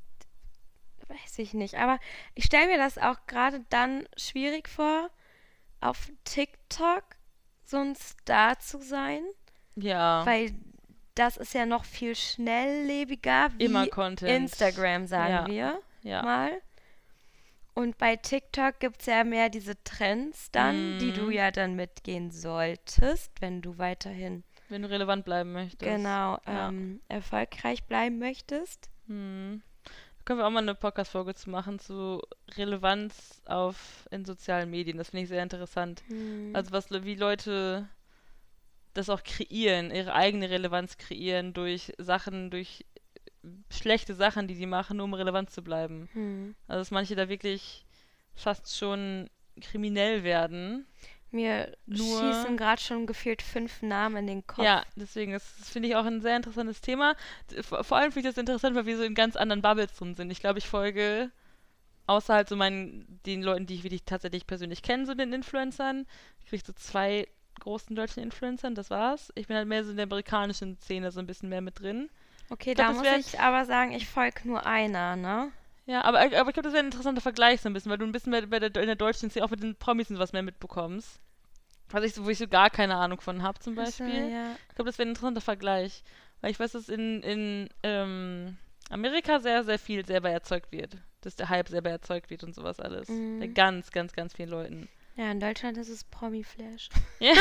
weiß ich nicht. Aber ich stelle mir das auch gerade dann schwierig vor, auf TikTok so ein Star zu sein, Ja. weil das ist ja noch viel schnelllebiger wie Immer Content. Instagram, sagen Ja. wir Ja. mal. Und bei TikTok gibt es ja mehr diese Trends dann, die du Mhm. ja dann mitgehen solltest, wenn du weiterhin Wenn du relevant bleiben möchtest. genau Ja. ähm, erfolgreich bleiben möchtest. Hm. Da können wir auch mal eine Podcast-Folge zu machen, zu Relevanz auf, in sozialen Medien. Das finde ich sehr interessant. Hm. Also was, wie Leute das auch kreieren, ihre eigene Relevanz kreieren durch Sachen, durch schlechte Sachen, die die machen, nur um relevant zu bleiben. Hm. Also dass manche da wirklich fast schon kriminell werden. Mir Nur- schießen gerade schon gefühlt fünf Namen in den Kopf. Ja, deswegen ist das finde ich auch ein sehr interessantes Thema. D- Vor, vor allem finde ich das interessant, weil wir so in ganz anderen Bubbles drin sind. Ich glaube, ich folge außer halt so meinen, den Leuten, die ich wirklich tatsächlich persönlich kenne, so den Influencern. Ich kriege so zwei großen deutschen Influencern, das war's. Ich bin halt mehr so in der amerikanischen Szene so ein bisschen mehr mit drin. Okay, Ich glaub, da das muss wär- ich aber sagen, ich folge nur einer, ne? Ja, aber, aber ich glaube, das wäre ein interessanter Vergleich so ein bisschen, weil du ein bisschen mehr bei der, in der deutschen Szene auch mit den Promis und was mehr mitbekommst. Was ich so, wo ich so gar keine Ahnung von habe zum Ach so, Beispiel. ja. Ich glaube, das wäre ein interessanter Vergleich. Weil ich weiß, dass in, in ähm, Amerika sehr, sehr viel selber erzeugt wird. Dass der Hype selber erzeugt wird und sowas alles. Bei Mhm. ganz, ganz, ganz vielen Leuten. Ja, in Deutschland ist es Promi-Flash. Ja.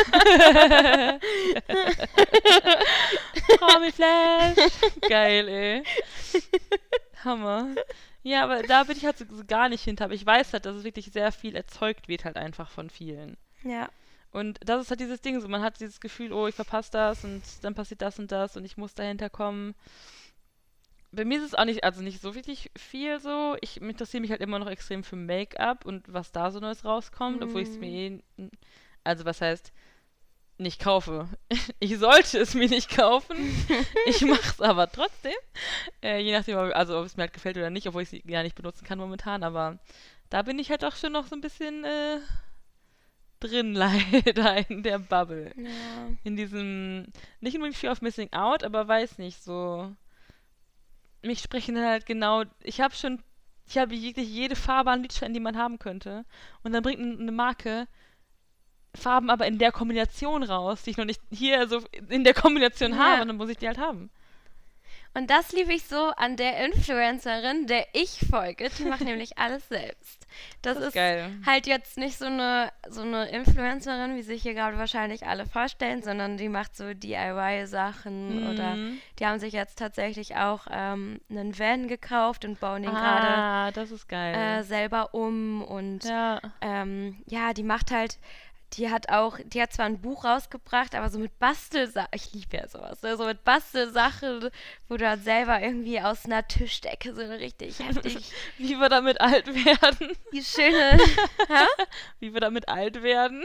Promi-Flash. Geil, ey. Hammer. Ja, aber da bin ich halt so, so gar nicht hinter. Aber ich weiß halt, dass es wirklich sehr viel erzeugt wird halt einfach von vielen. Ja. Und das ist halt dieses Ding so. Man hat dieses Gefühl, oh, ich verpasse das und dann passiert das und das und ich muss dahinter kommen. Bei mir ist es auch nicht, also nicht so wirklich viel so. Ich interessiere mich halt immer noch extrem für Make-up und was da so Neues rauskommt, obwohl ich es mir Mhm. eh, also was heißt, nicht kaufe. Ich sollte es mir nicht kaufen. Ich mache es aber trotzdem. Äh, je nachdem, ob- also ob es mir halt gefällt oder nicht, obwohl ich sie gar nicht benutzen kann momentan, aber da bin ich halt auch schon noch so ein bisschen äh, drin leider in der Bubble. Ja. In diesem, nicht unbedingt Fear of Missing Out, aber weiß nicht, so mich sprechen halt genau, ich habe schon, ich habe wirklich jede Farbe an Lidschatten, die man haben könnte. Und dann bringt n- eine Marke Farben aber in der Kombination raus, die ich noch nicht hier so in der Kombination habe, Ja. und dann muss ich die halt haben. Und das liebe ich so an der Influencerin, der ich folge. Die macht nämlich alles selbst. Das, Das ist ist geil. halt jetzt nicht so eine, so eine Influencerin, wie sich hier gerade wahrscheinlich alle vorstellen, sondern die macht so D I Y-Sachen oder Mhm. die haben sich jetzt tatsächlich auch ähm, einen Van gekauft und bauen den gerade Ah, das ist äh, geil. selber um und Ja. ähm, ja, die macht halt, die hat auch, die hat zwar ein Buch rausgebracht, aber so mit Bastelsachen, ich liebe ja sowas, ne? So mit Bastelsachen, wo du halt selber irgendwie aus einer Tischdecke so richtig heftig, Wie wir damit alt werden. die schöne, hä? Wie wir damit alt werden.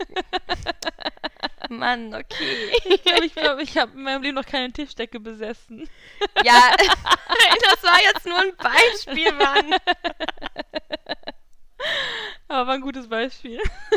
Mann, okay. Ich glaube, ich, glaub, ich habe in meinem Leben noch keine Tischdecke besessen. Ja, das war jetzt nur ein Beispiel, Mann. Aber war ein gutes Beispiel.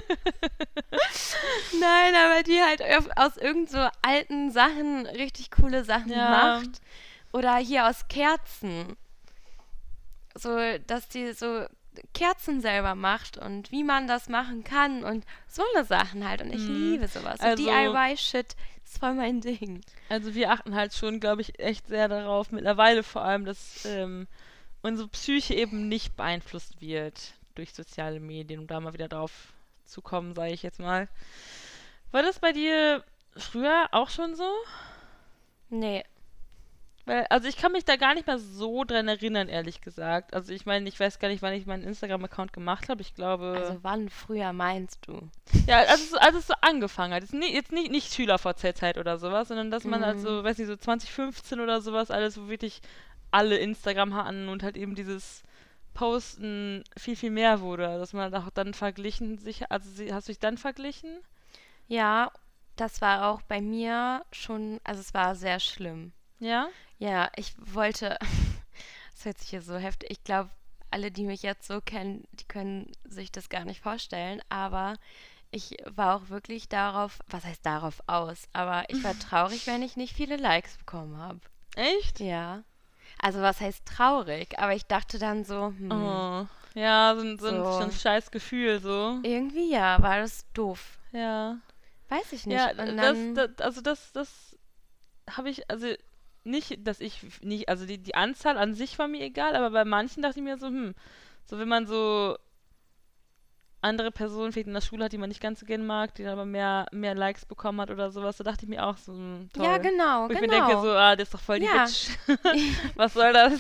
Nein, aber die halt auf- aus irgend so alten Sachen richtig coole Sachen Ja. macht. Oder hier aus Kerzen. So, dass die so Kerzen selber macht und wie man das machen kann und so eine Sachen halt. Und ich Mhm. liebe sowas. So Also- D I Y-Shit ist voll mein Ding. Also wir achten halt schon, glaube ich, echt sehr darauf, mittlerweile vor allem, dass ähm, unsere Psyche eben nicht beeinflusst wird durch soziale Medien, um da mal wieder drauf zu kommen, sage ich jetzt mal. War das bei dir früher auch schon so? Nee. Weil, also ich kann mich da gar nicht mehr so dran erinnern, ehrlich gesagt. Also ich meine, ich weiß gar nicht, wann ich meinen Instagram-Account gemacht habe. Ich glaube, Also wann früher meinst du? ja, als es, als es so angefangen hat. Jetzt, nie, jetzt nicht, nicht Schüler-V Z-Zeit oder sowas, sondern dass man Mhm. also, weiß nicht, so zwanzig fünfzehn oder sowas, alles, wo wirklich alle Instagram hatten und halt eben dieses Posten viel, viel mehr wurde. Dass man auch dann verglichen sich, also sie- hast du dich dann verglichen? Ja, das war auch bei mir schon, also es war sehr schlimm. Ja? Ja, ich wollte, das hört sich hier so heftig, ich glaube, alle, die mich jetzt so kennen, die können sich das gar nicht vorstellen, aber ich war auch wirklich darauf, was heißt darauf aus, aber ich war traurig, wenn ich nicht viele Likes bekommen habe. Echt? Ja. Also was heißt traurig? Aber ich dachte dann so, hm, Oh. Ja, so, ein- so, ein, So. so ein scheiß Gefühl, so. irgendwie ja, war das doof. Ja. Weiß ich nicht. Ja, Und das, dann, das, also das, das habe ich, also nicht, dass ich f- nicht, also die, die Anzahl an sich war mir egal, aber bei manchen dachte ich mir so, hm, so wenn man so andere Personen vielleicht in der Schule hat, die man nicht ganz so gern mag, die dann aber mehr, mehr Likes bekommen hat oder sowas, da dachte ich mir auch so, hm, toll. ja, genau, Wo ich genau. mir denke so, ah, das ist doch voll die Ja. Bitch. Was soll das?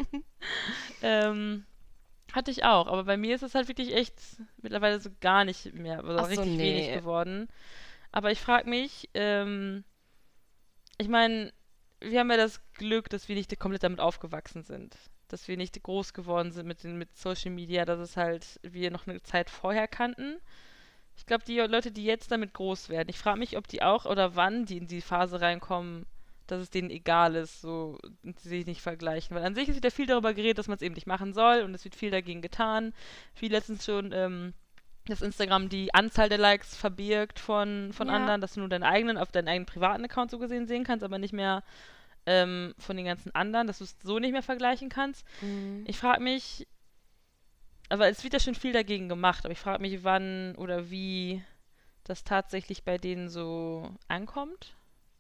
ähm, hatte ich auch, aber bei mir ist es halt wirklich echt mittlerweile so gar nicht mehr, oder Ach so, richtig wenig nee. geworden. Aber ich frage mich, ähm, ich meine, wir haben ja das Glück, dass wir nicht komplett damit aufgewachsen sind. Dass wir nicht groß geworden sind mit, den, mit Social Media, dass es halt wir noch eine Zeit vorher kannten. Ich glaube, die Leute, die jetzt damit groß werden, ich frage mich, ob die auch oder wann die in die Phase reinkommen, dass es denen egal ist, so und sie sich nicht vergleichen. Weil an sich ist wieder viel darüber geredet, dass man es eben nicht machen soll und es wird viel dagegen getan. Wie letztens schon, ähm, dass Instagram die Anzahl der Likes verbirgt von, von Ja. anderen, dass du nur deinen eigenen, auf deinen eigenen privaten Account so gesehen sehen kannst, aber nicht mehr ähm, von den ganzen anderen, dass du es so nicht mehr vergleichen kannst. Mhm. Ich frage mich, aber es wird ja schon viel dagegen gemacht, aber ich frage mich, wann oder wie das tatsächlich bei denen so ankommt?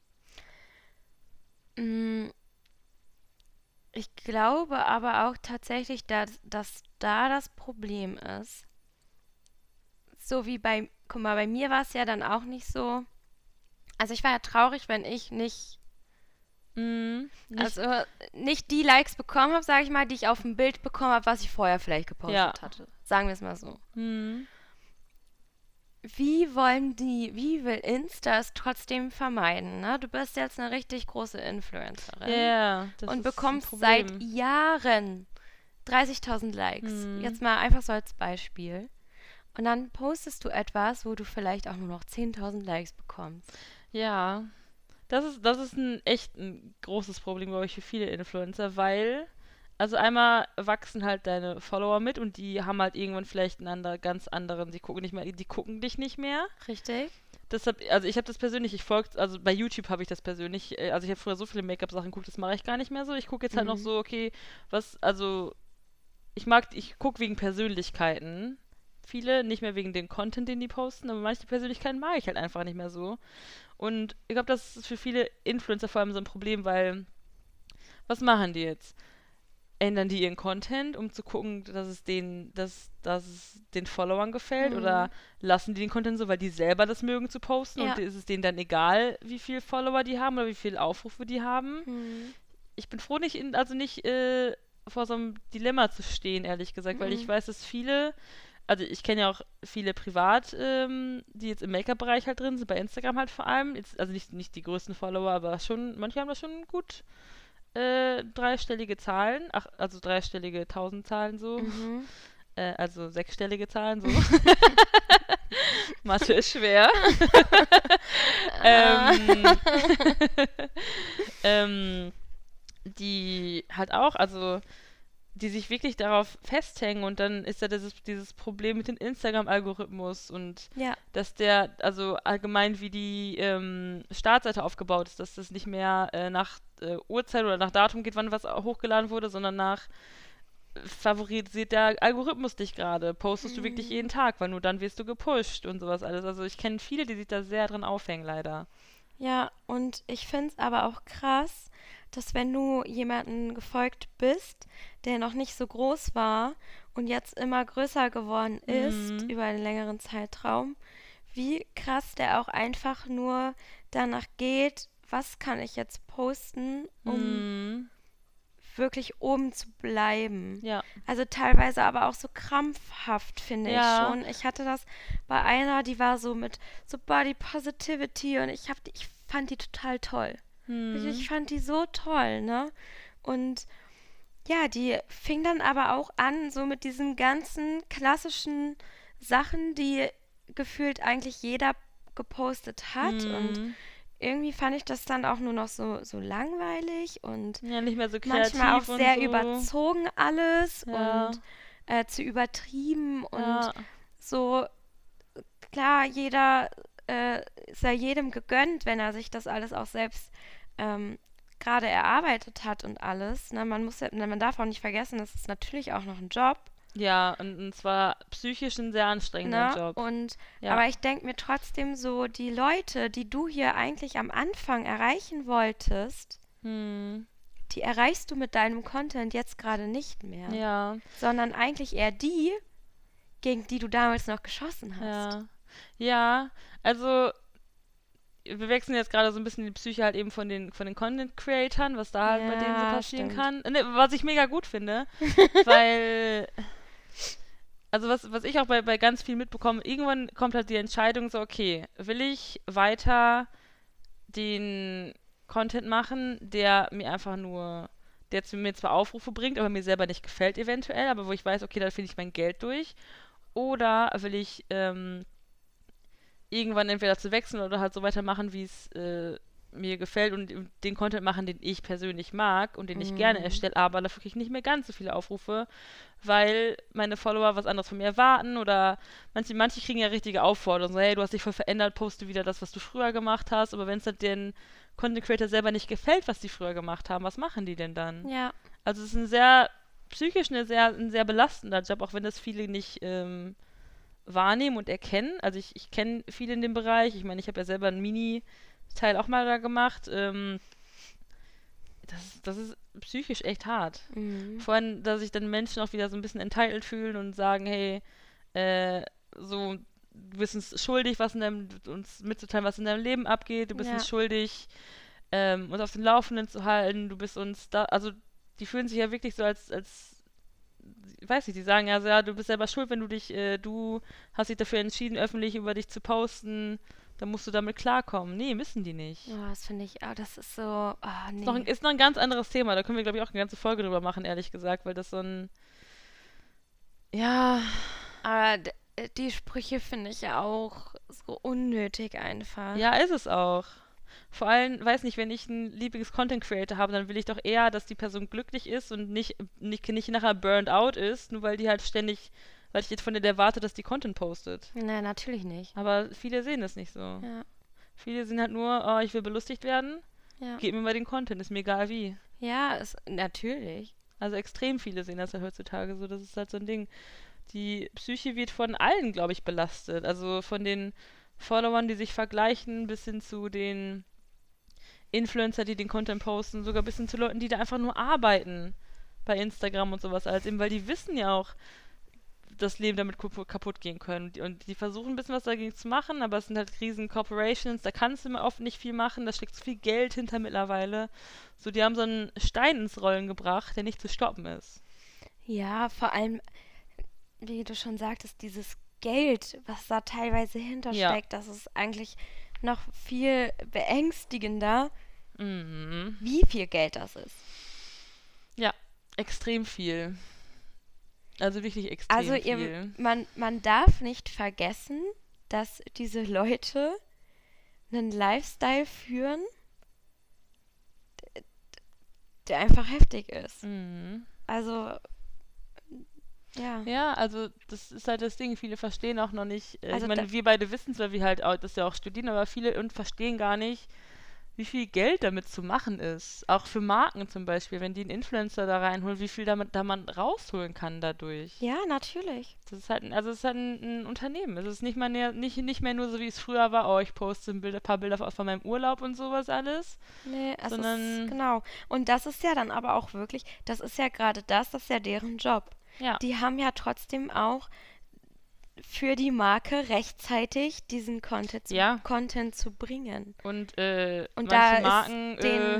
Mm, Ich glaube aber auch tatsächlich, dass, dass da das Problem ist. So wie bei, guck mal, bei mir war es ja dann auch nicht so. Also ich war ja traurig, wenn ich nicht, Mm, nicht, also nicht die Likes bekommen habe, sage ich mal, die ich auf dem Bild bekommen habe, was ich vorher vielleicht ja. gepostet hatte. Sagen wir es mal so. Mm, Wie wollen die, wie will Insta es trotzdem vermeiden? Ne? Du bist jetzt eine richtig große ja, Influencerin yeah, das und ist ein bekommst seit Problem. Jahren dreißigtausend Likes. Mm, Jetzt mal einfach so als Beispiel. Und dann postest du etwas, wo du vielleicht auch nur noch zehntausend Likes bekommst. ja, das ist, das ist ein echt ein großes Problem, glaube ich, für viele Influencer, weil, also einmal wachsen halt deine Follower mit und die haben halt irgendwann vielleicht einen ander, ganz anderen, die gucken nicht mehr, die gucken dich nicht mehr. Richtig? Deshalb, also ich habe das persönlich, ich folge, also bei YouTube habe ich das persönlich, äh, also ich habe früher so viele Make-up-Sachen geguckt, das mache ich gar nicht mehr so. Ich gucke jetzt halt noch Mhm. so, okay, was, also ich mag, ich gucke wegen Persönlichkeiten. Viele, nicht mehr wegen dem Content, den die posten, aber manche Persönlichkeiten mag ich halt einfach nicht mehr so. Und ich glaube, das ist für viele Influencer vor allem so ein Problem, weil, was machen die jetzt? Ändern die ihren Content, um zu gucken, dass es den, dass, dass es den Followern gefällt? Mhm. Oder lassen die den Content so, weil die selber das mögen zu posten und Ja. ist es denen dann egal, wie viel Follower die haben oder wie viel Aufrufe die haben? Mhm. Ich bin froh, nicht in, also nicht äh, vor so einem Dilemma zu stehen, ehrlich gesagt, weil ich Mhm. weiß, dass viele, also ich kenne ja auch viele privat, ähm, die jetzt im Make-up-Bereich halt drin sind, bei Instagram halt vor allem. Jetzt, also nicht, nicht die größten Follower, aber schon, manche haben da schon gut äh, dreistellige Zahlen, ach, also dreistellige Tausendzahlen so, Mhm. äh, also sechsstellige Zahlen so. Mathe ist schwer. Ah. ähm, ähm, die halt auch, also die sich wirklich darauf festhängen und dann ist da dieses, dieses Problem mit dem Instagram-Algorithmus und Ja. dass der, also allgemein wie die ähm, Startseite aufgebaut ist, dass das nicht mehr äh, nach äh, Uhrzeit oder nach Datum geht, wann was hochgeladen wurde, sondern nach äh, favorisiert der Algorithmus dich gerade. Postest du wirklich Mhm. jeden Tag, weil nur dann wirst du gepusht und sowas alles. Also ich kenne viele, die sich da sehr dran aufhängen, leider. Ja, und ich finde es aber auch krass, dass wenn du jemanden gefolgt bist, der noch nicht so groß war und jetzt immer größer geworden ist Hm. über einen längeren Zeitraum, wie krass der auch einfach nur danach geht, was kann ich jetzt posten, um Hm. wirklich oben zu bleiben. Ja. Also teilweise aber auch so krampfhaft, finde ich Ja. schon. Ich hatte das bei einer, die war so mit so Body Positivity und ich hab die, ich fand die total toll. Wirklich, Hm. ich fand die so toll, ne? Und ja, die fing dann aber auch an, so mit diesen ganzen klassischen Sachen, die gefühlt eigentlich jeder gepostet hat. Und Hm. irgendwie fand ich das dann auch nur noch so, so langweilig und Ja, nicht mehr so manchmal auch kreativ und sehr so. überzogen alles Ja. und äh, zu übertrieben und Ja. so, klar, jeder äh, ist ja jedem gegönnt, wenn er sich das alles auch selbst ähm, gerade erarbeitet hat und alles. Ne? Man muss ja, ne, man darf auch nicht vergessen, das ist natürlich auch noch ein Job. Ja, und, und zwar psychisch ein sehr anstrengender Ne? Job. Und Ja. aber ich denke mir trotzdem so, die Leute, die du hier eigentlich am Anfang erreichen wolltest, Hm. die erreichst du mit deinem Content jetzt gerade nicht mehr. Ja. Sondern eigentlich eher die, gegen die du damals noch geschossen hast. Ja. Ja. Also, wir wechseln jetzt gerade so ein bisschen die Psyche halt eben von den, von den Content-Creatern, was da halt bei denen so Ja, passieren stimmt. kann. Ne, was ich mega gut finde, weil, also was, was ich auch bei, bei ganz viel mitbekomme, irgendwann kommt halt die Entscheidung so, okay, will ich weiter den Content machen, der mir einfach nur, der zu mir zwar Aufrufe bringt, aber mir selber nicht gefällt eventuell, aber wo ich weiß, okay, da finde ich mein Geld durch. Oder will ich ähm, irgendwann entweder zu wechseln oder halt so weitermachen, wie es äh, mir gefällt und, und den Content machen, den ich persönlich mag und den ich gerne Mhm. erstelle, aber dafür kriege ich nicht mehr ganz so viele Aufrufe, weil meine Follower was anderes von mir erwarten oder manche, manche kriegen ja richtige Aufforderungen, so, hey, du hast dich voll verändert, poste wieder das, was du früher gemacht hast, aber wenn es halt den Content Creator selber nicht gefällt, was die früher gemacht haben, was machen die denn dann? Ja. Also es ist ein sehr, psychisch eine sehr, ein sehr belastender Job, auch wenn das viele nicht ähm, wahrnehmen und erkennen. Also ich, ich kenne viele in dem Bereich. Ich meine, ich habe ja selber ein Mini-Teil auch mal da gemacht. Ähm, das, das ist psychisch echt hart. Mhm. Vor allem, dass sich dann Menschen auch wieder so ein bisschen entitled fühlen und sagen, hey, äh, so, du bist uns schuldig, was in deinem, uns mitzuteilen, was in deinem Leben abgeht, du bist Ja. uns schuldig, ähm, uns auf dem Laufenden zu halten, du bist uns da, also die fühlen sich ja wirklich so als, als, ich weiß nicht, die sagen ja so, ja, du bist selber schuld, wenn du dich, äh, du hast dich dafür entschieden, öffentlich über dich zu posten, dann musst du damit klarkommen. Nee, müssen die nicht. Oh, das finde ich, oh, das ist so, oh, Ist noch, ein, nee. ist noch ein ganz anderes Thema, da können wir, glaube ich, auch eine ganze Folge drüber machen, ehrlich gesagt, weil das so ein, ja, Aber d- äh, die Sprüche finde ich ja auch so unnötig einfach. ja, ist es auch. Vor allem, weiß nicht, wenn ich einen Lieblings-Content-Creator habe, dann will ich doch eher, dass die Person glücklich ist und nicht, nicht, nicht nachher burned out ist, nur weil die halt ständig, weil ich jetzt von der erwarte, dass die Content postet. Nein, natürlich nicht. Aber viele sehen das nicht so. Ja, Viele sehen halt nur, oh, ich will belustigt werden, ja. gib mir mal den Content, ist mir egal wie. Ja, es, natürlich. Also extrem viele sehen das ja heutzutage so, das ist halt so ein Ding. Die Psyche wird von allen, glaube ich, belastet. Also von den Followern, die sich vergleichen, bis hin zu den Influencer, die den Content posten, sogar bis hin zu Leuten, die da einfach nur arbeiten bei Instagram und sowas alles, eben weil die wissen ja auch, das Leben damit kapu- kaputt gehen können. Und die, und die versuchen ein bisschen was dagegen zu machen, aber es sind halt riesen Corporations, da kannst du immer oft nicht viel machen, da steckt so viel Geld hinter mittlerweile. So, die haben so einen Stein ins Rollen gebracht, der nicht zu stoppen ist. Ja, vor allem, wie du schon sagtest, dieses Geld, was da teilweise Ja. hintersteckt, das ist eigentlich noch viel beängstigender, Mhm. wie viel Geld das ist. Ja, extrem viel. Also wirklich extrem Also ihr, viel. man, man darf nicht vergessen, dass diese Leute einen Lifestyle führen, der einfach heftig ist. Mhm. Also, ja. Ja, also das ist halt das Ding. Viele verstehen auch noch nicht. Äh, Also ich da, meine, wir beide wissen es, weil wir halt auch, das ja auch studieren, aber viele und verstehen gar nicht, wie viel Geld damit zu machen ist. Auch für Marken zum Beispiel, wenn die einen Influencer da reinholen, wie viel damit da man rausholen kann dadurch. ja, natürlich. Das ist halt, ein- also es ist halt ein, ein Unternehmen. Es ist nicht mal näher, nicht, nicht mehr nur so, wie es früher war, oh, ich poste ein, Bild, ein paar Bilder von meinem Urlaub und sowas alles, Nee, es ist, sondern genau. Und das ist ja dann aber auch wirklich, das ist ja gerade das, das ist ja deren Job. ja, Die haben ja trotzdem auch für die Marke rechtzeitig diesen Content zu, ja. Content zu bringen. Und äh, Und da manche ist Marken äh, den,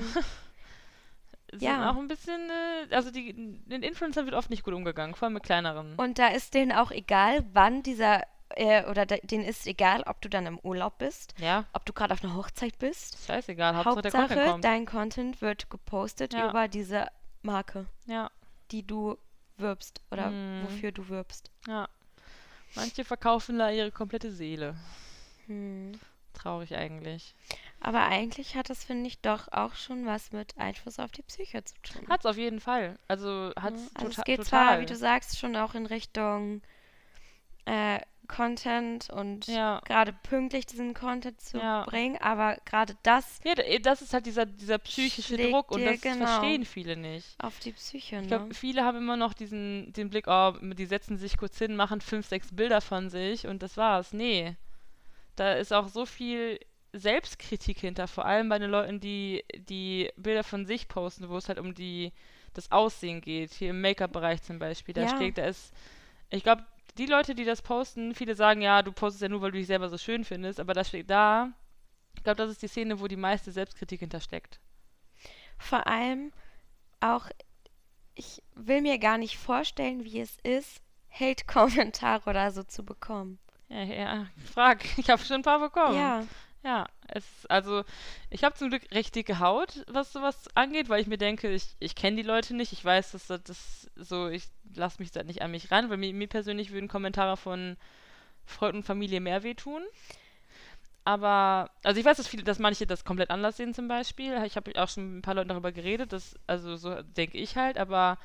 sind ja, auch ein bisschen, äh, also die, den Influencern wird oft nicht gut umgegangen, vor allem mit kleineren. und da ist denen auch egal, wann dieser, äh, oder de, denen ist egal, ob du dann im Urlaub bist, Ja, ob du gerade auf einer Hochzeit bist. ist scheißegal, Hauptsache der Content Hauptsache, kommt. dein Content wird gepostet Ja, über diese Marke, ja, die du wirbst oder hm, wofür du wirbst. ja. Manche verkaufen da ihre komplette Seele. Hm. Traurig eigentlich. Aber eigentlich hat das, finde ich, doch auch schon was mit Einfluss auf die Psyche zu tun. Hat's auf jeden Fall. Also Ja, hat's also es tota geht zwar, wie du total. sagst, schon auch in Richtung äh, Content und Ja, gerade pünktlich diesen Content zu ja. bringen, aber gerade das Ja, d- das ist halt dieser, dieser psychische schlägt Druck und dir das genau verstehen viele nicht. auf die Psyche, Ich glaube, ne? viele haben immer noch diesen den Blick, oh, die setzen sich kurz hin, machen fünf, sechs Bilder von sich und das war's. Nee, da ist auch so viel Selbstkritik hinter, vor allem bei den Leuten, die die Bilder von sich posten, wo es halt um die das Aussehen geht. Hier im Make-up-Bereich zum Beispiel, da Ja, steht, da ist, ich glaube, die Leute, die das posten, viele sagen, ja, du postest ja nur, weil du dich selber so schön findest, aber da steht da, ich glaube, das ist die Szene, wo die meiste Selbstkritik hintersteckt. vor allem auch, ich will mir gar nicht vorstellen, wie es ist, Hate-Kommentare oder so zu bekommen. Ja, ja, frag, ich habe schon ein paar bekommen. Ja, Ja, es, also ich habe zum Glück recht dicke Haut, was sowas angeht, weil ich mir denke, ich, ich kenne die Leute nicht, ich weiß, dass das, das so, ich lasse mich da nicht an mich ran, weil mir, mir persönlich würden Kommentare von Freunden und Familie mehr wehtun. Aber, also ich weiß, dass viele, dass manche das komplett anders sehen zum Beispiel. Ich habe auch schon mit ein paar Leuten darüber geredet, das, also so denke ich halt, aber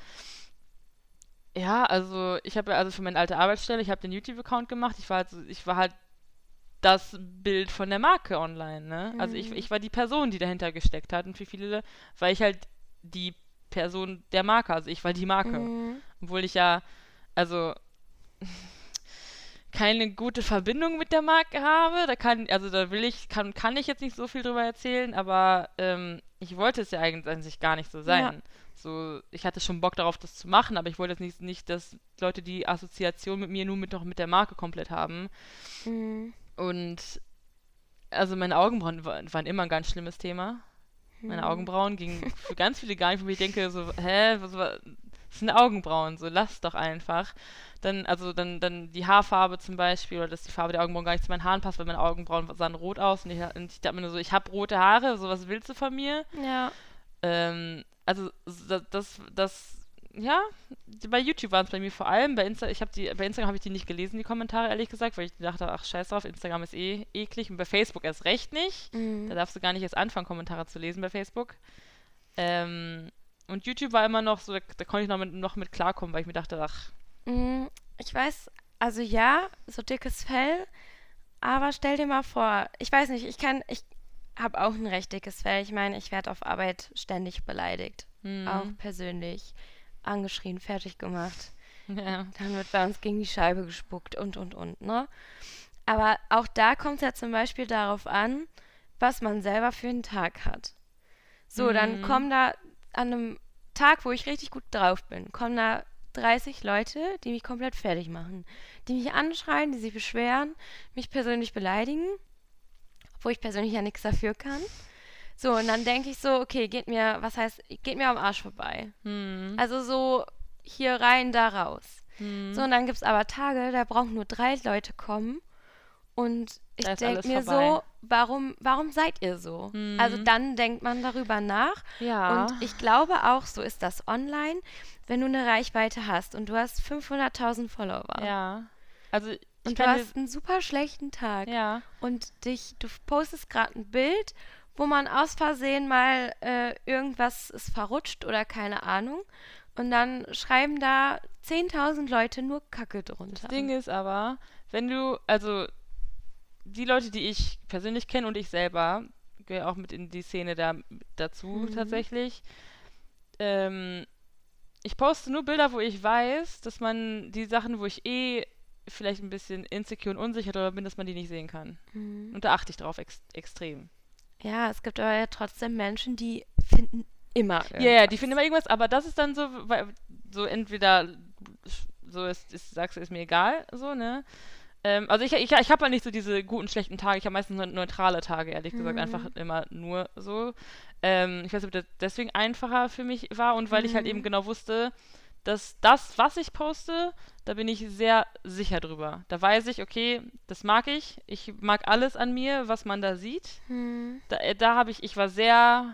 ja, also ich habe ja also für meine alte Arbeitsstelle, ich habe den YouTube-Account gemacht, ich war halt, so- ich war halt das Bild von der Marke online, ne? Also ich, mhm. ich war die Person, die dahinter gesteckt hat und für viele war ich halt die Person der Marke, also ich war die Marke. Mhm. Obwohl ich ja, also keine gute Verbindung mit der Marke habe. Da kann, also da will ich, kann, kann ich jetzt nicht so viel drüber erzählen, aber ähm, ich wollte es ja eigentlich an sich gar nicht so sein. Ja. So, ich hatte schon Bock darauf, das zu machen, aber ich wollte jetzt nicht, nicht, dass Leute die Assoziation mit mir nur mit, noch mit der Marke komplett haben. Mhm. Und also meine Augenbrauen wa- waren immer ein ganz schlimmes Thema. Meine Mhm. Augenbrauen gingen für ganz viele gar nicht, wo ich denke so, hä, was war, das sind Augenbrauen, so lass doch einfach. Dann, also dann, dann die Haarfarbe zum Beispiel, oder dass die Farbe der Augenbrauen gar nicht zu meinen Haaren passt, weil meine Augenbrauen sahen rot aus und ich, und ich dachte mir nur so, ich habe rote Haare, so was willst du von mir? Ja. Ähm, also das, das, das, ja, bei YouTube waren es bei mir vor allem, bei Insta, ich habe die, bei Instagram habe ich die nicht gelesen, die Kommentare, ehrlich gesagt, weil ich dachte, ach scheiß drauf, Instagram ist eh eklig und bei Facebook erst recht nicht. Da Mhm. darfst du gar nicht erst anfangen, Kommentare zu lesen bei Facebook. Ähm, und YouTube war immer noch so, da, da konnte ich noch mit, noch mit klarkommen, weil ich mir dachte, ach, Mhm. Ich weiß, also ja, so dickes Fell, aber stell dir mal vor, ich weiß nicht, ich kann, ich habe auch ein recht dickes Fell. Ich meine, ich werde auf Arbeit ständig beleidigt, auch hm, persönlich angeschrien, fertig gemacht. ja, Dann wird bei uns gegen die Scheibe gespuckt und, und, und, ne? Aber auch da kommt es ja zum Beispiel darauf an, was man selber für einen Tag hat. So, dann hm, kommen da an einem Tag, wo ich richtig gut drauf bin, kommen da dreißig Leute, die mich komplett fertig machen. Die mich anschreien, die sich beschweren, mich persönlich beleidigen, obwohl ich persönlich ja nichts dafür kann. So, und dann denke ich so, okay, geht mir, was heißt, geht mir am Arsch vorbei. hm, Also so hier rein, da raus. hm, So, und dann gibt es aber Tage, da brauchen nur drei Leute kommen und ich da ist denke alles mir vorbei. so, warum, warum seid ihr so? Also Hm, dann denkt man darüber nach ja, und ich glaube auch, so ist das online, wenn du eine Reichweite hast und du hast fünfhunderttausend Follower ja. Also ich und du kann dir, hast einen super schlechten Tag ja, und dich, du postest gerade ein Bild, wo man aus Versehen mal äh, irgendwas ist verrutscht oder keine Ahnung und dann schreiben da zehntausend Leute nur Kacke das drunter. Ding ist aber, wenn du, also die Leute, die ich persönlich kenne und ich selber, gehöre auch mit in die Szene da dazu Mhm. tatsächlich. Ähm, ich poste nur Bilder, wo ich weiß, dass man die Sachen, wo ich eh vielleicht ein bisschen insecure und unsicher darüber bin, dass man die nicht sehen kann. Mhm. Und da achte ich drauf ex extrem. Ja, es gibt aber ja trotzdem Menschen, die finden immer Ja, ja, die irgendwas. finden immer irgendwas, aber das ist dann so, weil, so entweder so ist, ist, sagst du, ist mir egal, so, ne? Ähm, also ich, ich, ich habe halt nicht so diese guten, schlechten Tage. Ich habe meistens nur neutrale Tage, ehrlich gesagt. Einfach Mhm. immer nur so. Ähm, ich weiß nicht, ob das deswegen einfacher für mich war und weil ich halt eben Mhm. genau wusste, dass das, was ich poste, da bin ich sehr sicher drüber. Da weiß ich, okay, das mag ich. Ich mag alles an mir, was man da sieht. Mhm. Da, äh, da habe ich, ich war sehr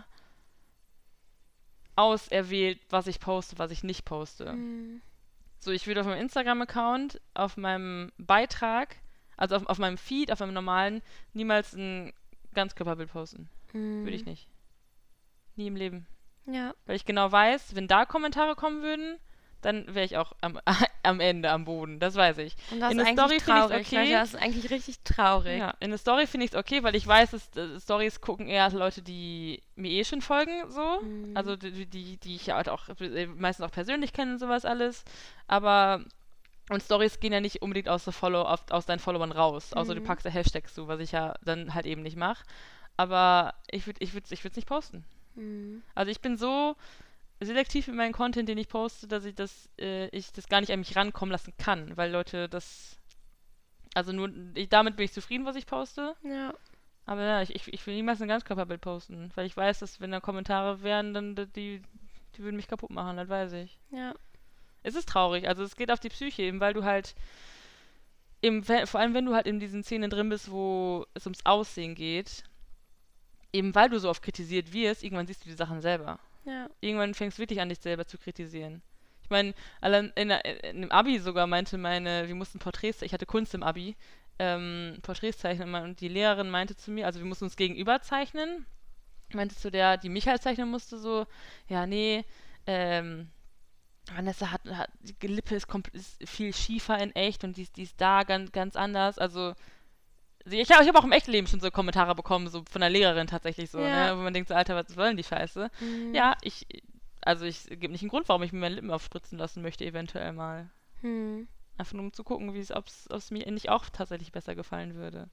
auserwählt, was ich poste, was ich nicht poste. Mhm. So, ich würde auf meinem Instagram-Account, auf meinem Beitrag, also auf, auf meinem Feed, auf meinem normalen, niemals ein Ganzkörperbild posten. Würde ich Mhm. nicht. Nie im Leben. Ja. Weil ich genau weiß, wenn da Kommentare kommen würden, dann wäre ich auch am, am Ende am Boden. Das weiß ich. Und das In ist der Story eigentlich finde ich es traurig. okay. Leute, das ist eigentlich richtig traurig. Ja, in der Story finde ich es okay, weil ich weiß, dass äh, Stories gucken eher Leute, die mir eh schon folgen, so. Mhm. Also die, die, die ich ja halt auch äh, meistens auch persönlich kenne und sowas alles. Aber und Stories gehen ja nicht unbedingt aus, der Follow, auf, aus deinen Followern raus. Außer du Mhm. packst da Hashtags zu, was ich ja dann halt eben nicht mache. Aber ich würde ich würd, ich würd's nicht posten. Mhm. Also ich bin so selektiv mit meinem Content, den ich poste, dass ich das, äh, ich das gar nicht an mich rankommen lassen kann. Weil Leute das. Also nur, ich, damit bin ich zufrieden, was ich poste. Ja. Aber ja, ich, ich, ich will niemals ein Ganzkörperbild posten. Weil ich weiß, dass wenn da Kommentare wären, dann d- die, die würden mich kaputt machen, das weiß ich. Ja. Es ist traurig, also es geht auf die Psyche eben, weil du halt eben, vor allem wenn du halt in diesen Szenen drin bist, wo es ums Aussehen geht, eben weil du so oft kritisiert wirst, irgendwann siehst du die Sachen selber. Ja. Irgendwann fängst du wirklich an, dich selber zu kritisieren. Ich meine, allein in, der- in dem Abi sogar meinte meine, wir mussten Porträts, ich hatte Kunst im Abi, ähm, Porträts zeichnen und die Lehrerin meinte zu mir, also wir mussten uns gegenüber zeichnen, meinte zu der, die mich halt zeichnen musste, so, ja, nee, ähm, Vanessa hat, hat die Lippe ist, kompl- ist viel schiefer in echt und die, ist- die ist da ganz, ganz anders. Also sie- ich habe ich hab auch im echten Leben schon so Kommentare bekommen, so von der Lehrerin tatsächlich so, Ja. ne, wo man denkt so, Alter, was soll denn die Scheiße? Mhm. Ja, ich, also ich gebe nicht einen Grund, warum ich mir meine Lippen aufspritzen lassen möchte, eventuell mal. Mhm. Einfach nur um zu gucken, wie es, ob es mir nicht auch tatsächlich besser gefallen würde.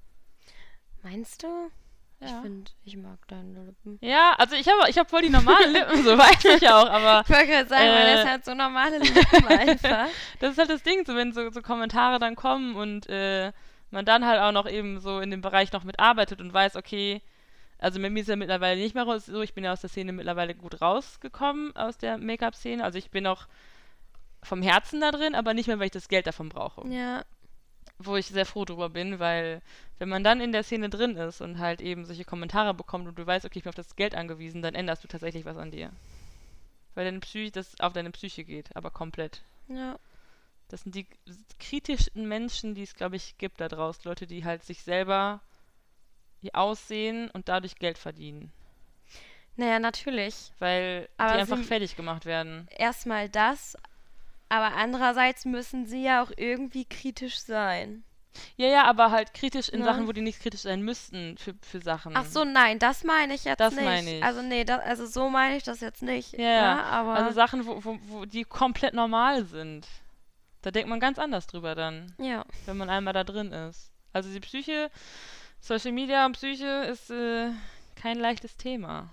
Meinst du? Ja. Ich finde, ich mag deine Lippen. Ja, also ich habe ich hab voll die normalen Lippen, so weiß ich auch, aber... Ich wollte gerade sagen, äh, weil das hat so normale Lippen einfach. Das ist halt das Ding, so wenn so, so Kommentare dann kommen und äh, man dann halt auch noch eben so in dem Bereich noch mitarbeitet und weiß, okay, also mit mir ist ja mittlerweile nicht mehr so, ich bin ja aus der Szene mittlerweile gut rausgekommen, aus der Make-up-Szene, also ich bin auch vom Herzen da drin, aber nicht mehr, weil ich das Geld davon brauche. Ja. Wo ich sehr froh drüber bin, weil wenn man dann in der Szene drin ist und halt eben solche Kommentare bekommt und du weißt, okay, ich bin auf das Geld angewiesen, dann änderst du tatsächlich was an dir. Weil deine Psyche, das auf deine Psyche geht, aber komplett. Ja. Das sind die kritischsten Menschen, die es, glaube ich, gibt da draußen. Leute, die halt sich selber ihr Aussehen und dadurch Geld verdienen. Naja, natürlich. Weil Aber die einfach sie- fertig gemacht werden. Erstmal das, aber andererseits müssen sie ja auch irgendwie kritisch sein. Ja, ja, aber halt kritisch in Ne? Sachen, wo die nicht kritisch sein müssten für, für Sachen. Ach so, nein, das meine ich jetzt Das nicht. meine ich. Also nee, das, also so meine ich das jetzt nicht. Ja, ja. ne? Aber Also Sachen, wo, wo, wo die komplett normal sind. Da denkt man ganz anders drüber dann, ja. wenn man einmal da drin ist. Also die Psyche, Social Media und Psyche ist äh, kein leichtes Thema.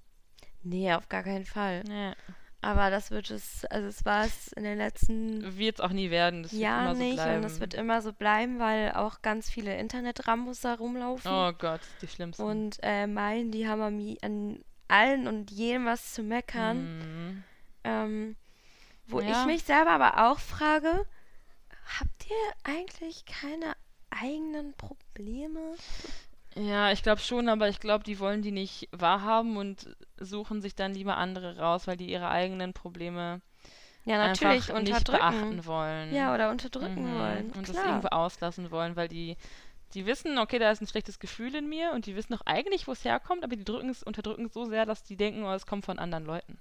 Nee, auf gar keinen Fall. Nee. Aber das wird es, also es war es in den letzten Wird es auch nie werden. Das wird Jahren immer so nicht bleiben. und es wird immer so bleiben, weil auch ganz viele Internet-Rambos da rumlaufen Oh Gott, die schlimmsten. und äh, meinen, die haben an, mi- an allen und jedem was zu meckern. Mhm. Ähm, wo Ja. ich mich selber aber auch frage, habt ihr eigentlich keine eigenen Probleme? Ja, ich glaube schon, aber ich glaube, die wollen die nicht wahrhaben und suchen sich dann lieber andere raus, weil die ihre eigenen Probleme Ja, natürlich einfach nicht unterdrücken. beachten wollen. Ja, oder unterdrücken Mhm. wollen. Und das Klar. irgendwo auslassen wollen, weil die, die wissen, okay, da ist ein schlechtes Gefühl in mir und die wissen auch eigentlich, wo es herkommt, aber die drücken es, unterdrücken es so sehr, dass die denken, oh, es kommt von anderen Leuten.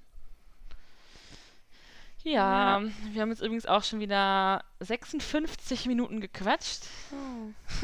Ja, Ja. wir haben jetzt übrigens auch schon wieder sechsundfünfzig Minuten gequatscht. Oh.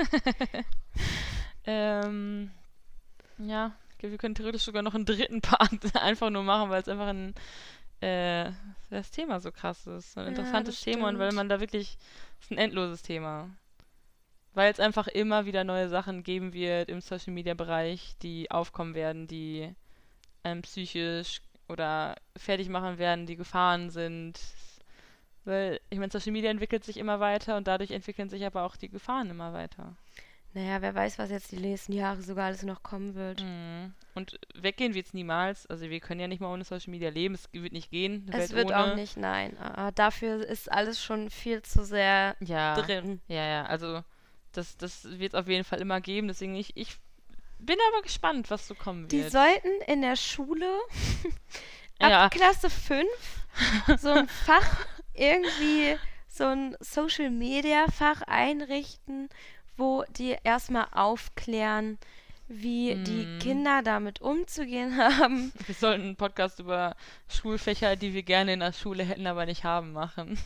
Ähm, ja, wir können theoretisch sogar noch einen dritten Part einfach nur machen, weil es einfach ein äh, das Thema so krass ist. So ein Ja, interessantes das Thema und weil stimmt. man da wirklich, es ist ein endloses Thema. Weil es einfach immer wieder neue Sachen geben wird im Social Media Bereich, die aufkommen werden, die einem psychisch oder fertig machen werden, die Gefahren sind. Weil, ich meine, Social Media entwickelt sich immer weiter und dadurch entwickeln sich aber auch die Gefahren immer weiter. Naja, wer weiß, was jetzt die nächsten Jahre sogar alles noch kommen wird. Mhm. Und weggehen wird es niemals. Also wir können ja nicht mal ohne Social Media leben. Es wird nicht gehen. Eine Es Welt wird ohne. auch nicht, nein. Ah, dafür ist alles schon viel zu sehr Ja, drin. ja, ja. Also das, das wird es auf jeden Fall immer geben. Deswegen ich, ich bin aber gespannt, was so kommen Die wird. sollten in der Schule ab Ja. Klasse fünf so ein Fach irgendwie, so ein Social Media Fach einrichten, wo die erstmal aufklären, wie die Mm. Kinder damit umzugehen haben. Wir sollten einen Podcast über Schulfächer, die wir gerne in der Schule hätten, aber nicht haben, machen.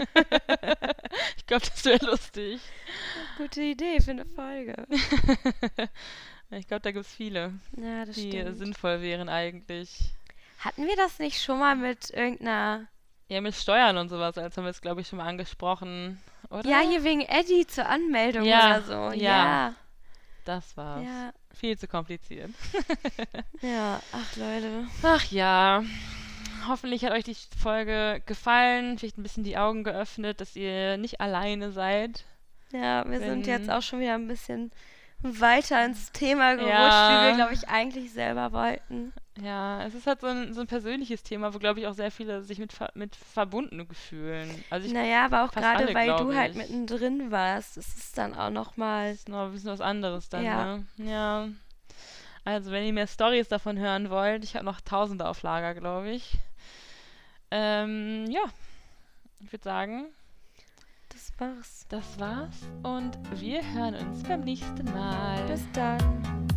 Ich glaube, das wäre lustig. Gute Idee für eine Folge. Ich glaube, da gibt es viele, Ja, das die stimmt. sinnvoll wären eigentlich. Hatten wir das nicht schon mal mit irgendeiner... Ja, mit Steuern und sowas, als haben wir es, glaube ich, schon mal angesprochen, oder? Ja, hier wegen Eddie zur Anmeldung Ja, oder so. ja. Ja, Das war's. ja, Viel zu kompliziert. ja. Ach, Leute. Ach ja. Hoffentlich hat euch die Folge gefallen, vielleicht ein bisschen die Augen geöffnet, dass ihr nicht alleine seid. Ja, wir Wenn- sind jetzt auch schon wieder ein bisschen weiter ins Thema gerutscht, Ja. wie wir, glaube ich, eigentlich selber wollten. Ja, es ist halt so ein, so ein persönliches Thema, wo, glaube ich, auch sehr viele sich mit, ver mit verbunden fühlen. Also ich Naja, aber auch fast gerade, alle, weil glaub du halt ich. mittendrin warst, ist es dann auch nochmal... ist noch ein bisschen was anderes dann, Ja. ne? Ja. Also, wenn ihr mehr Stories davon hören wollt, ich habe noch Tausende auf Lager, glaube ich. Ähm, ja. Ich würde sagen, Das war's. das war's und wir hören uns beim nächsten Mal. Bis dann.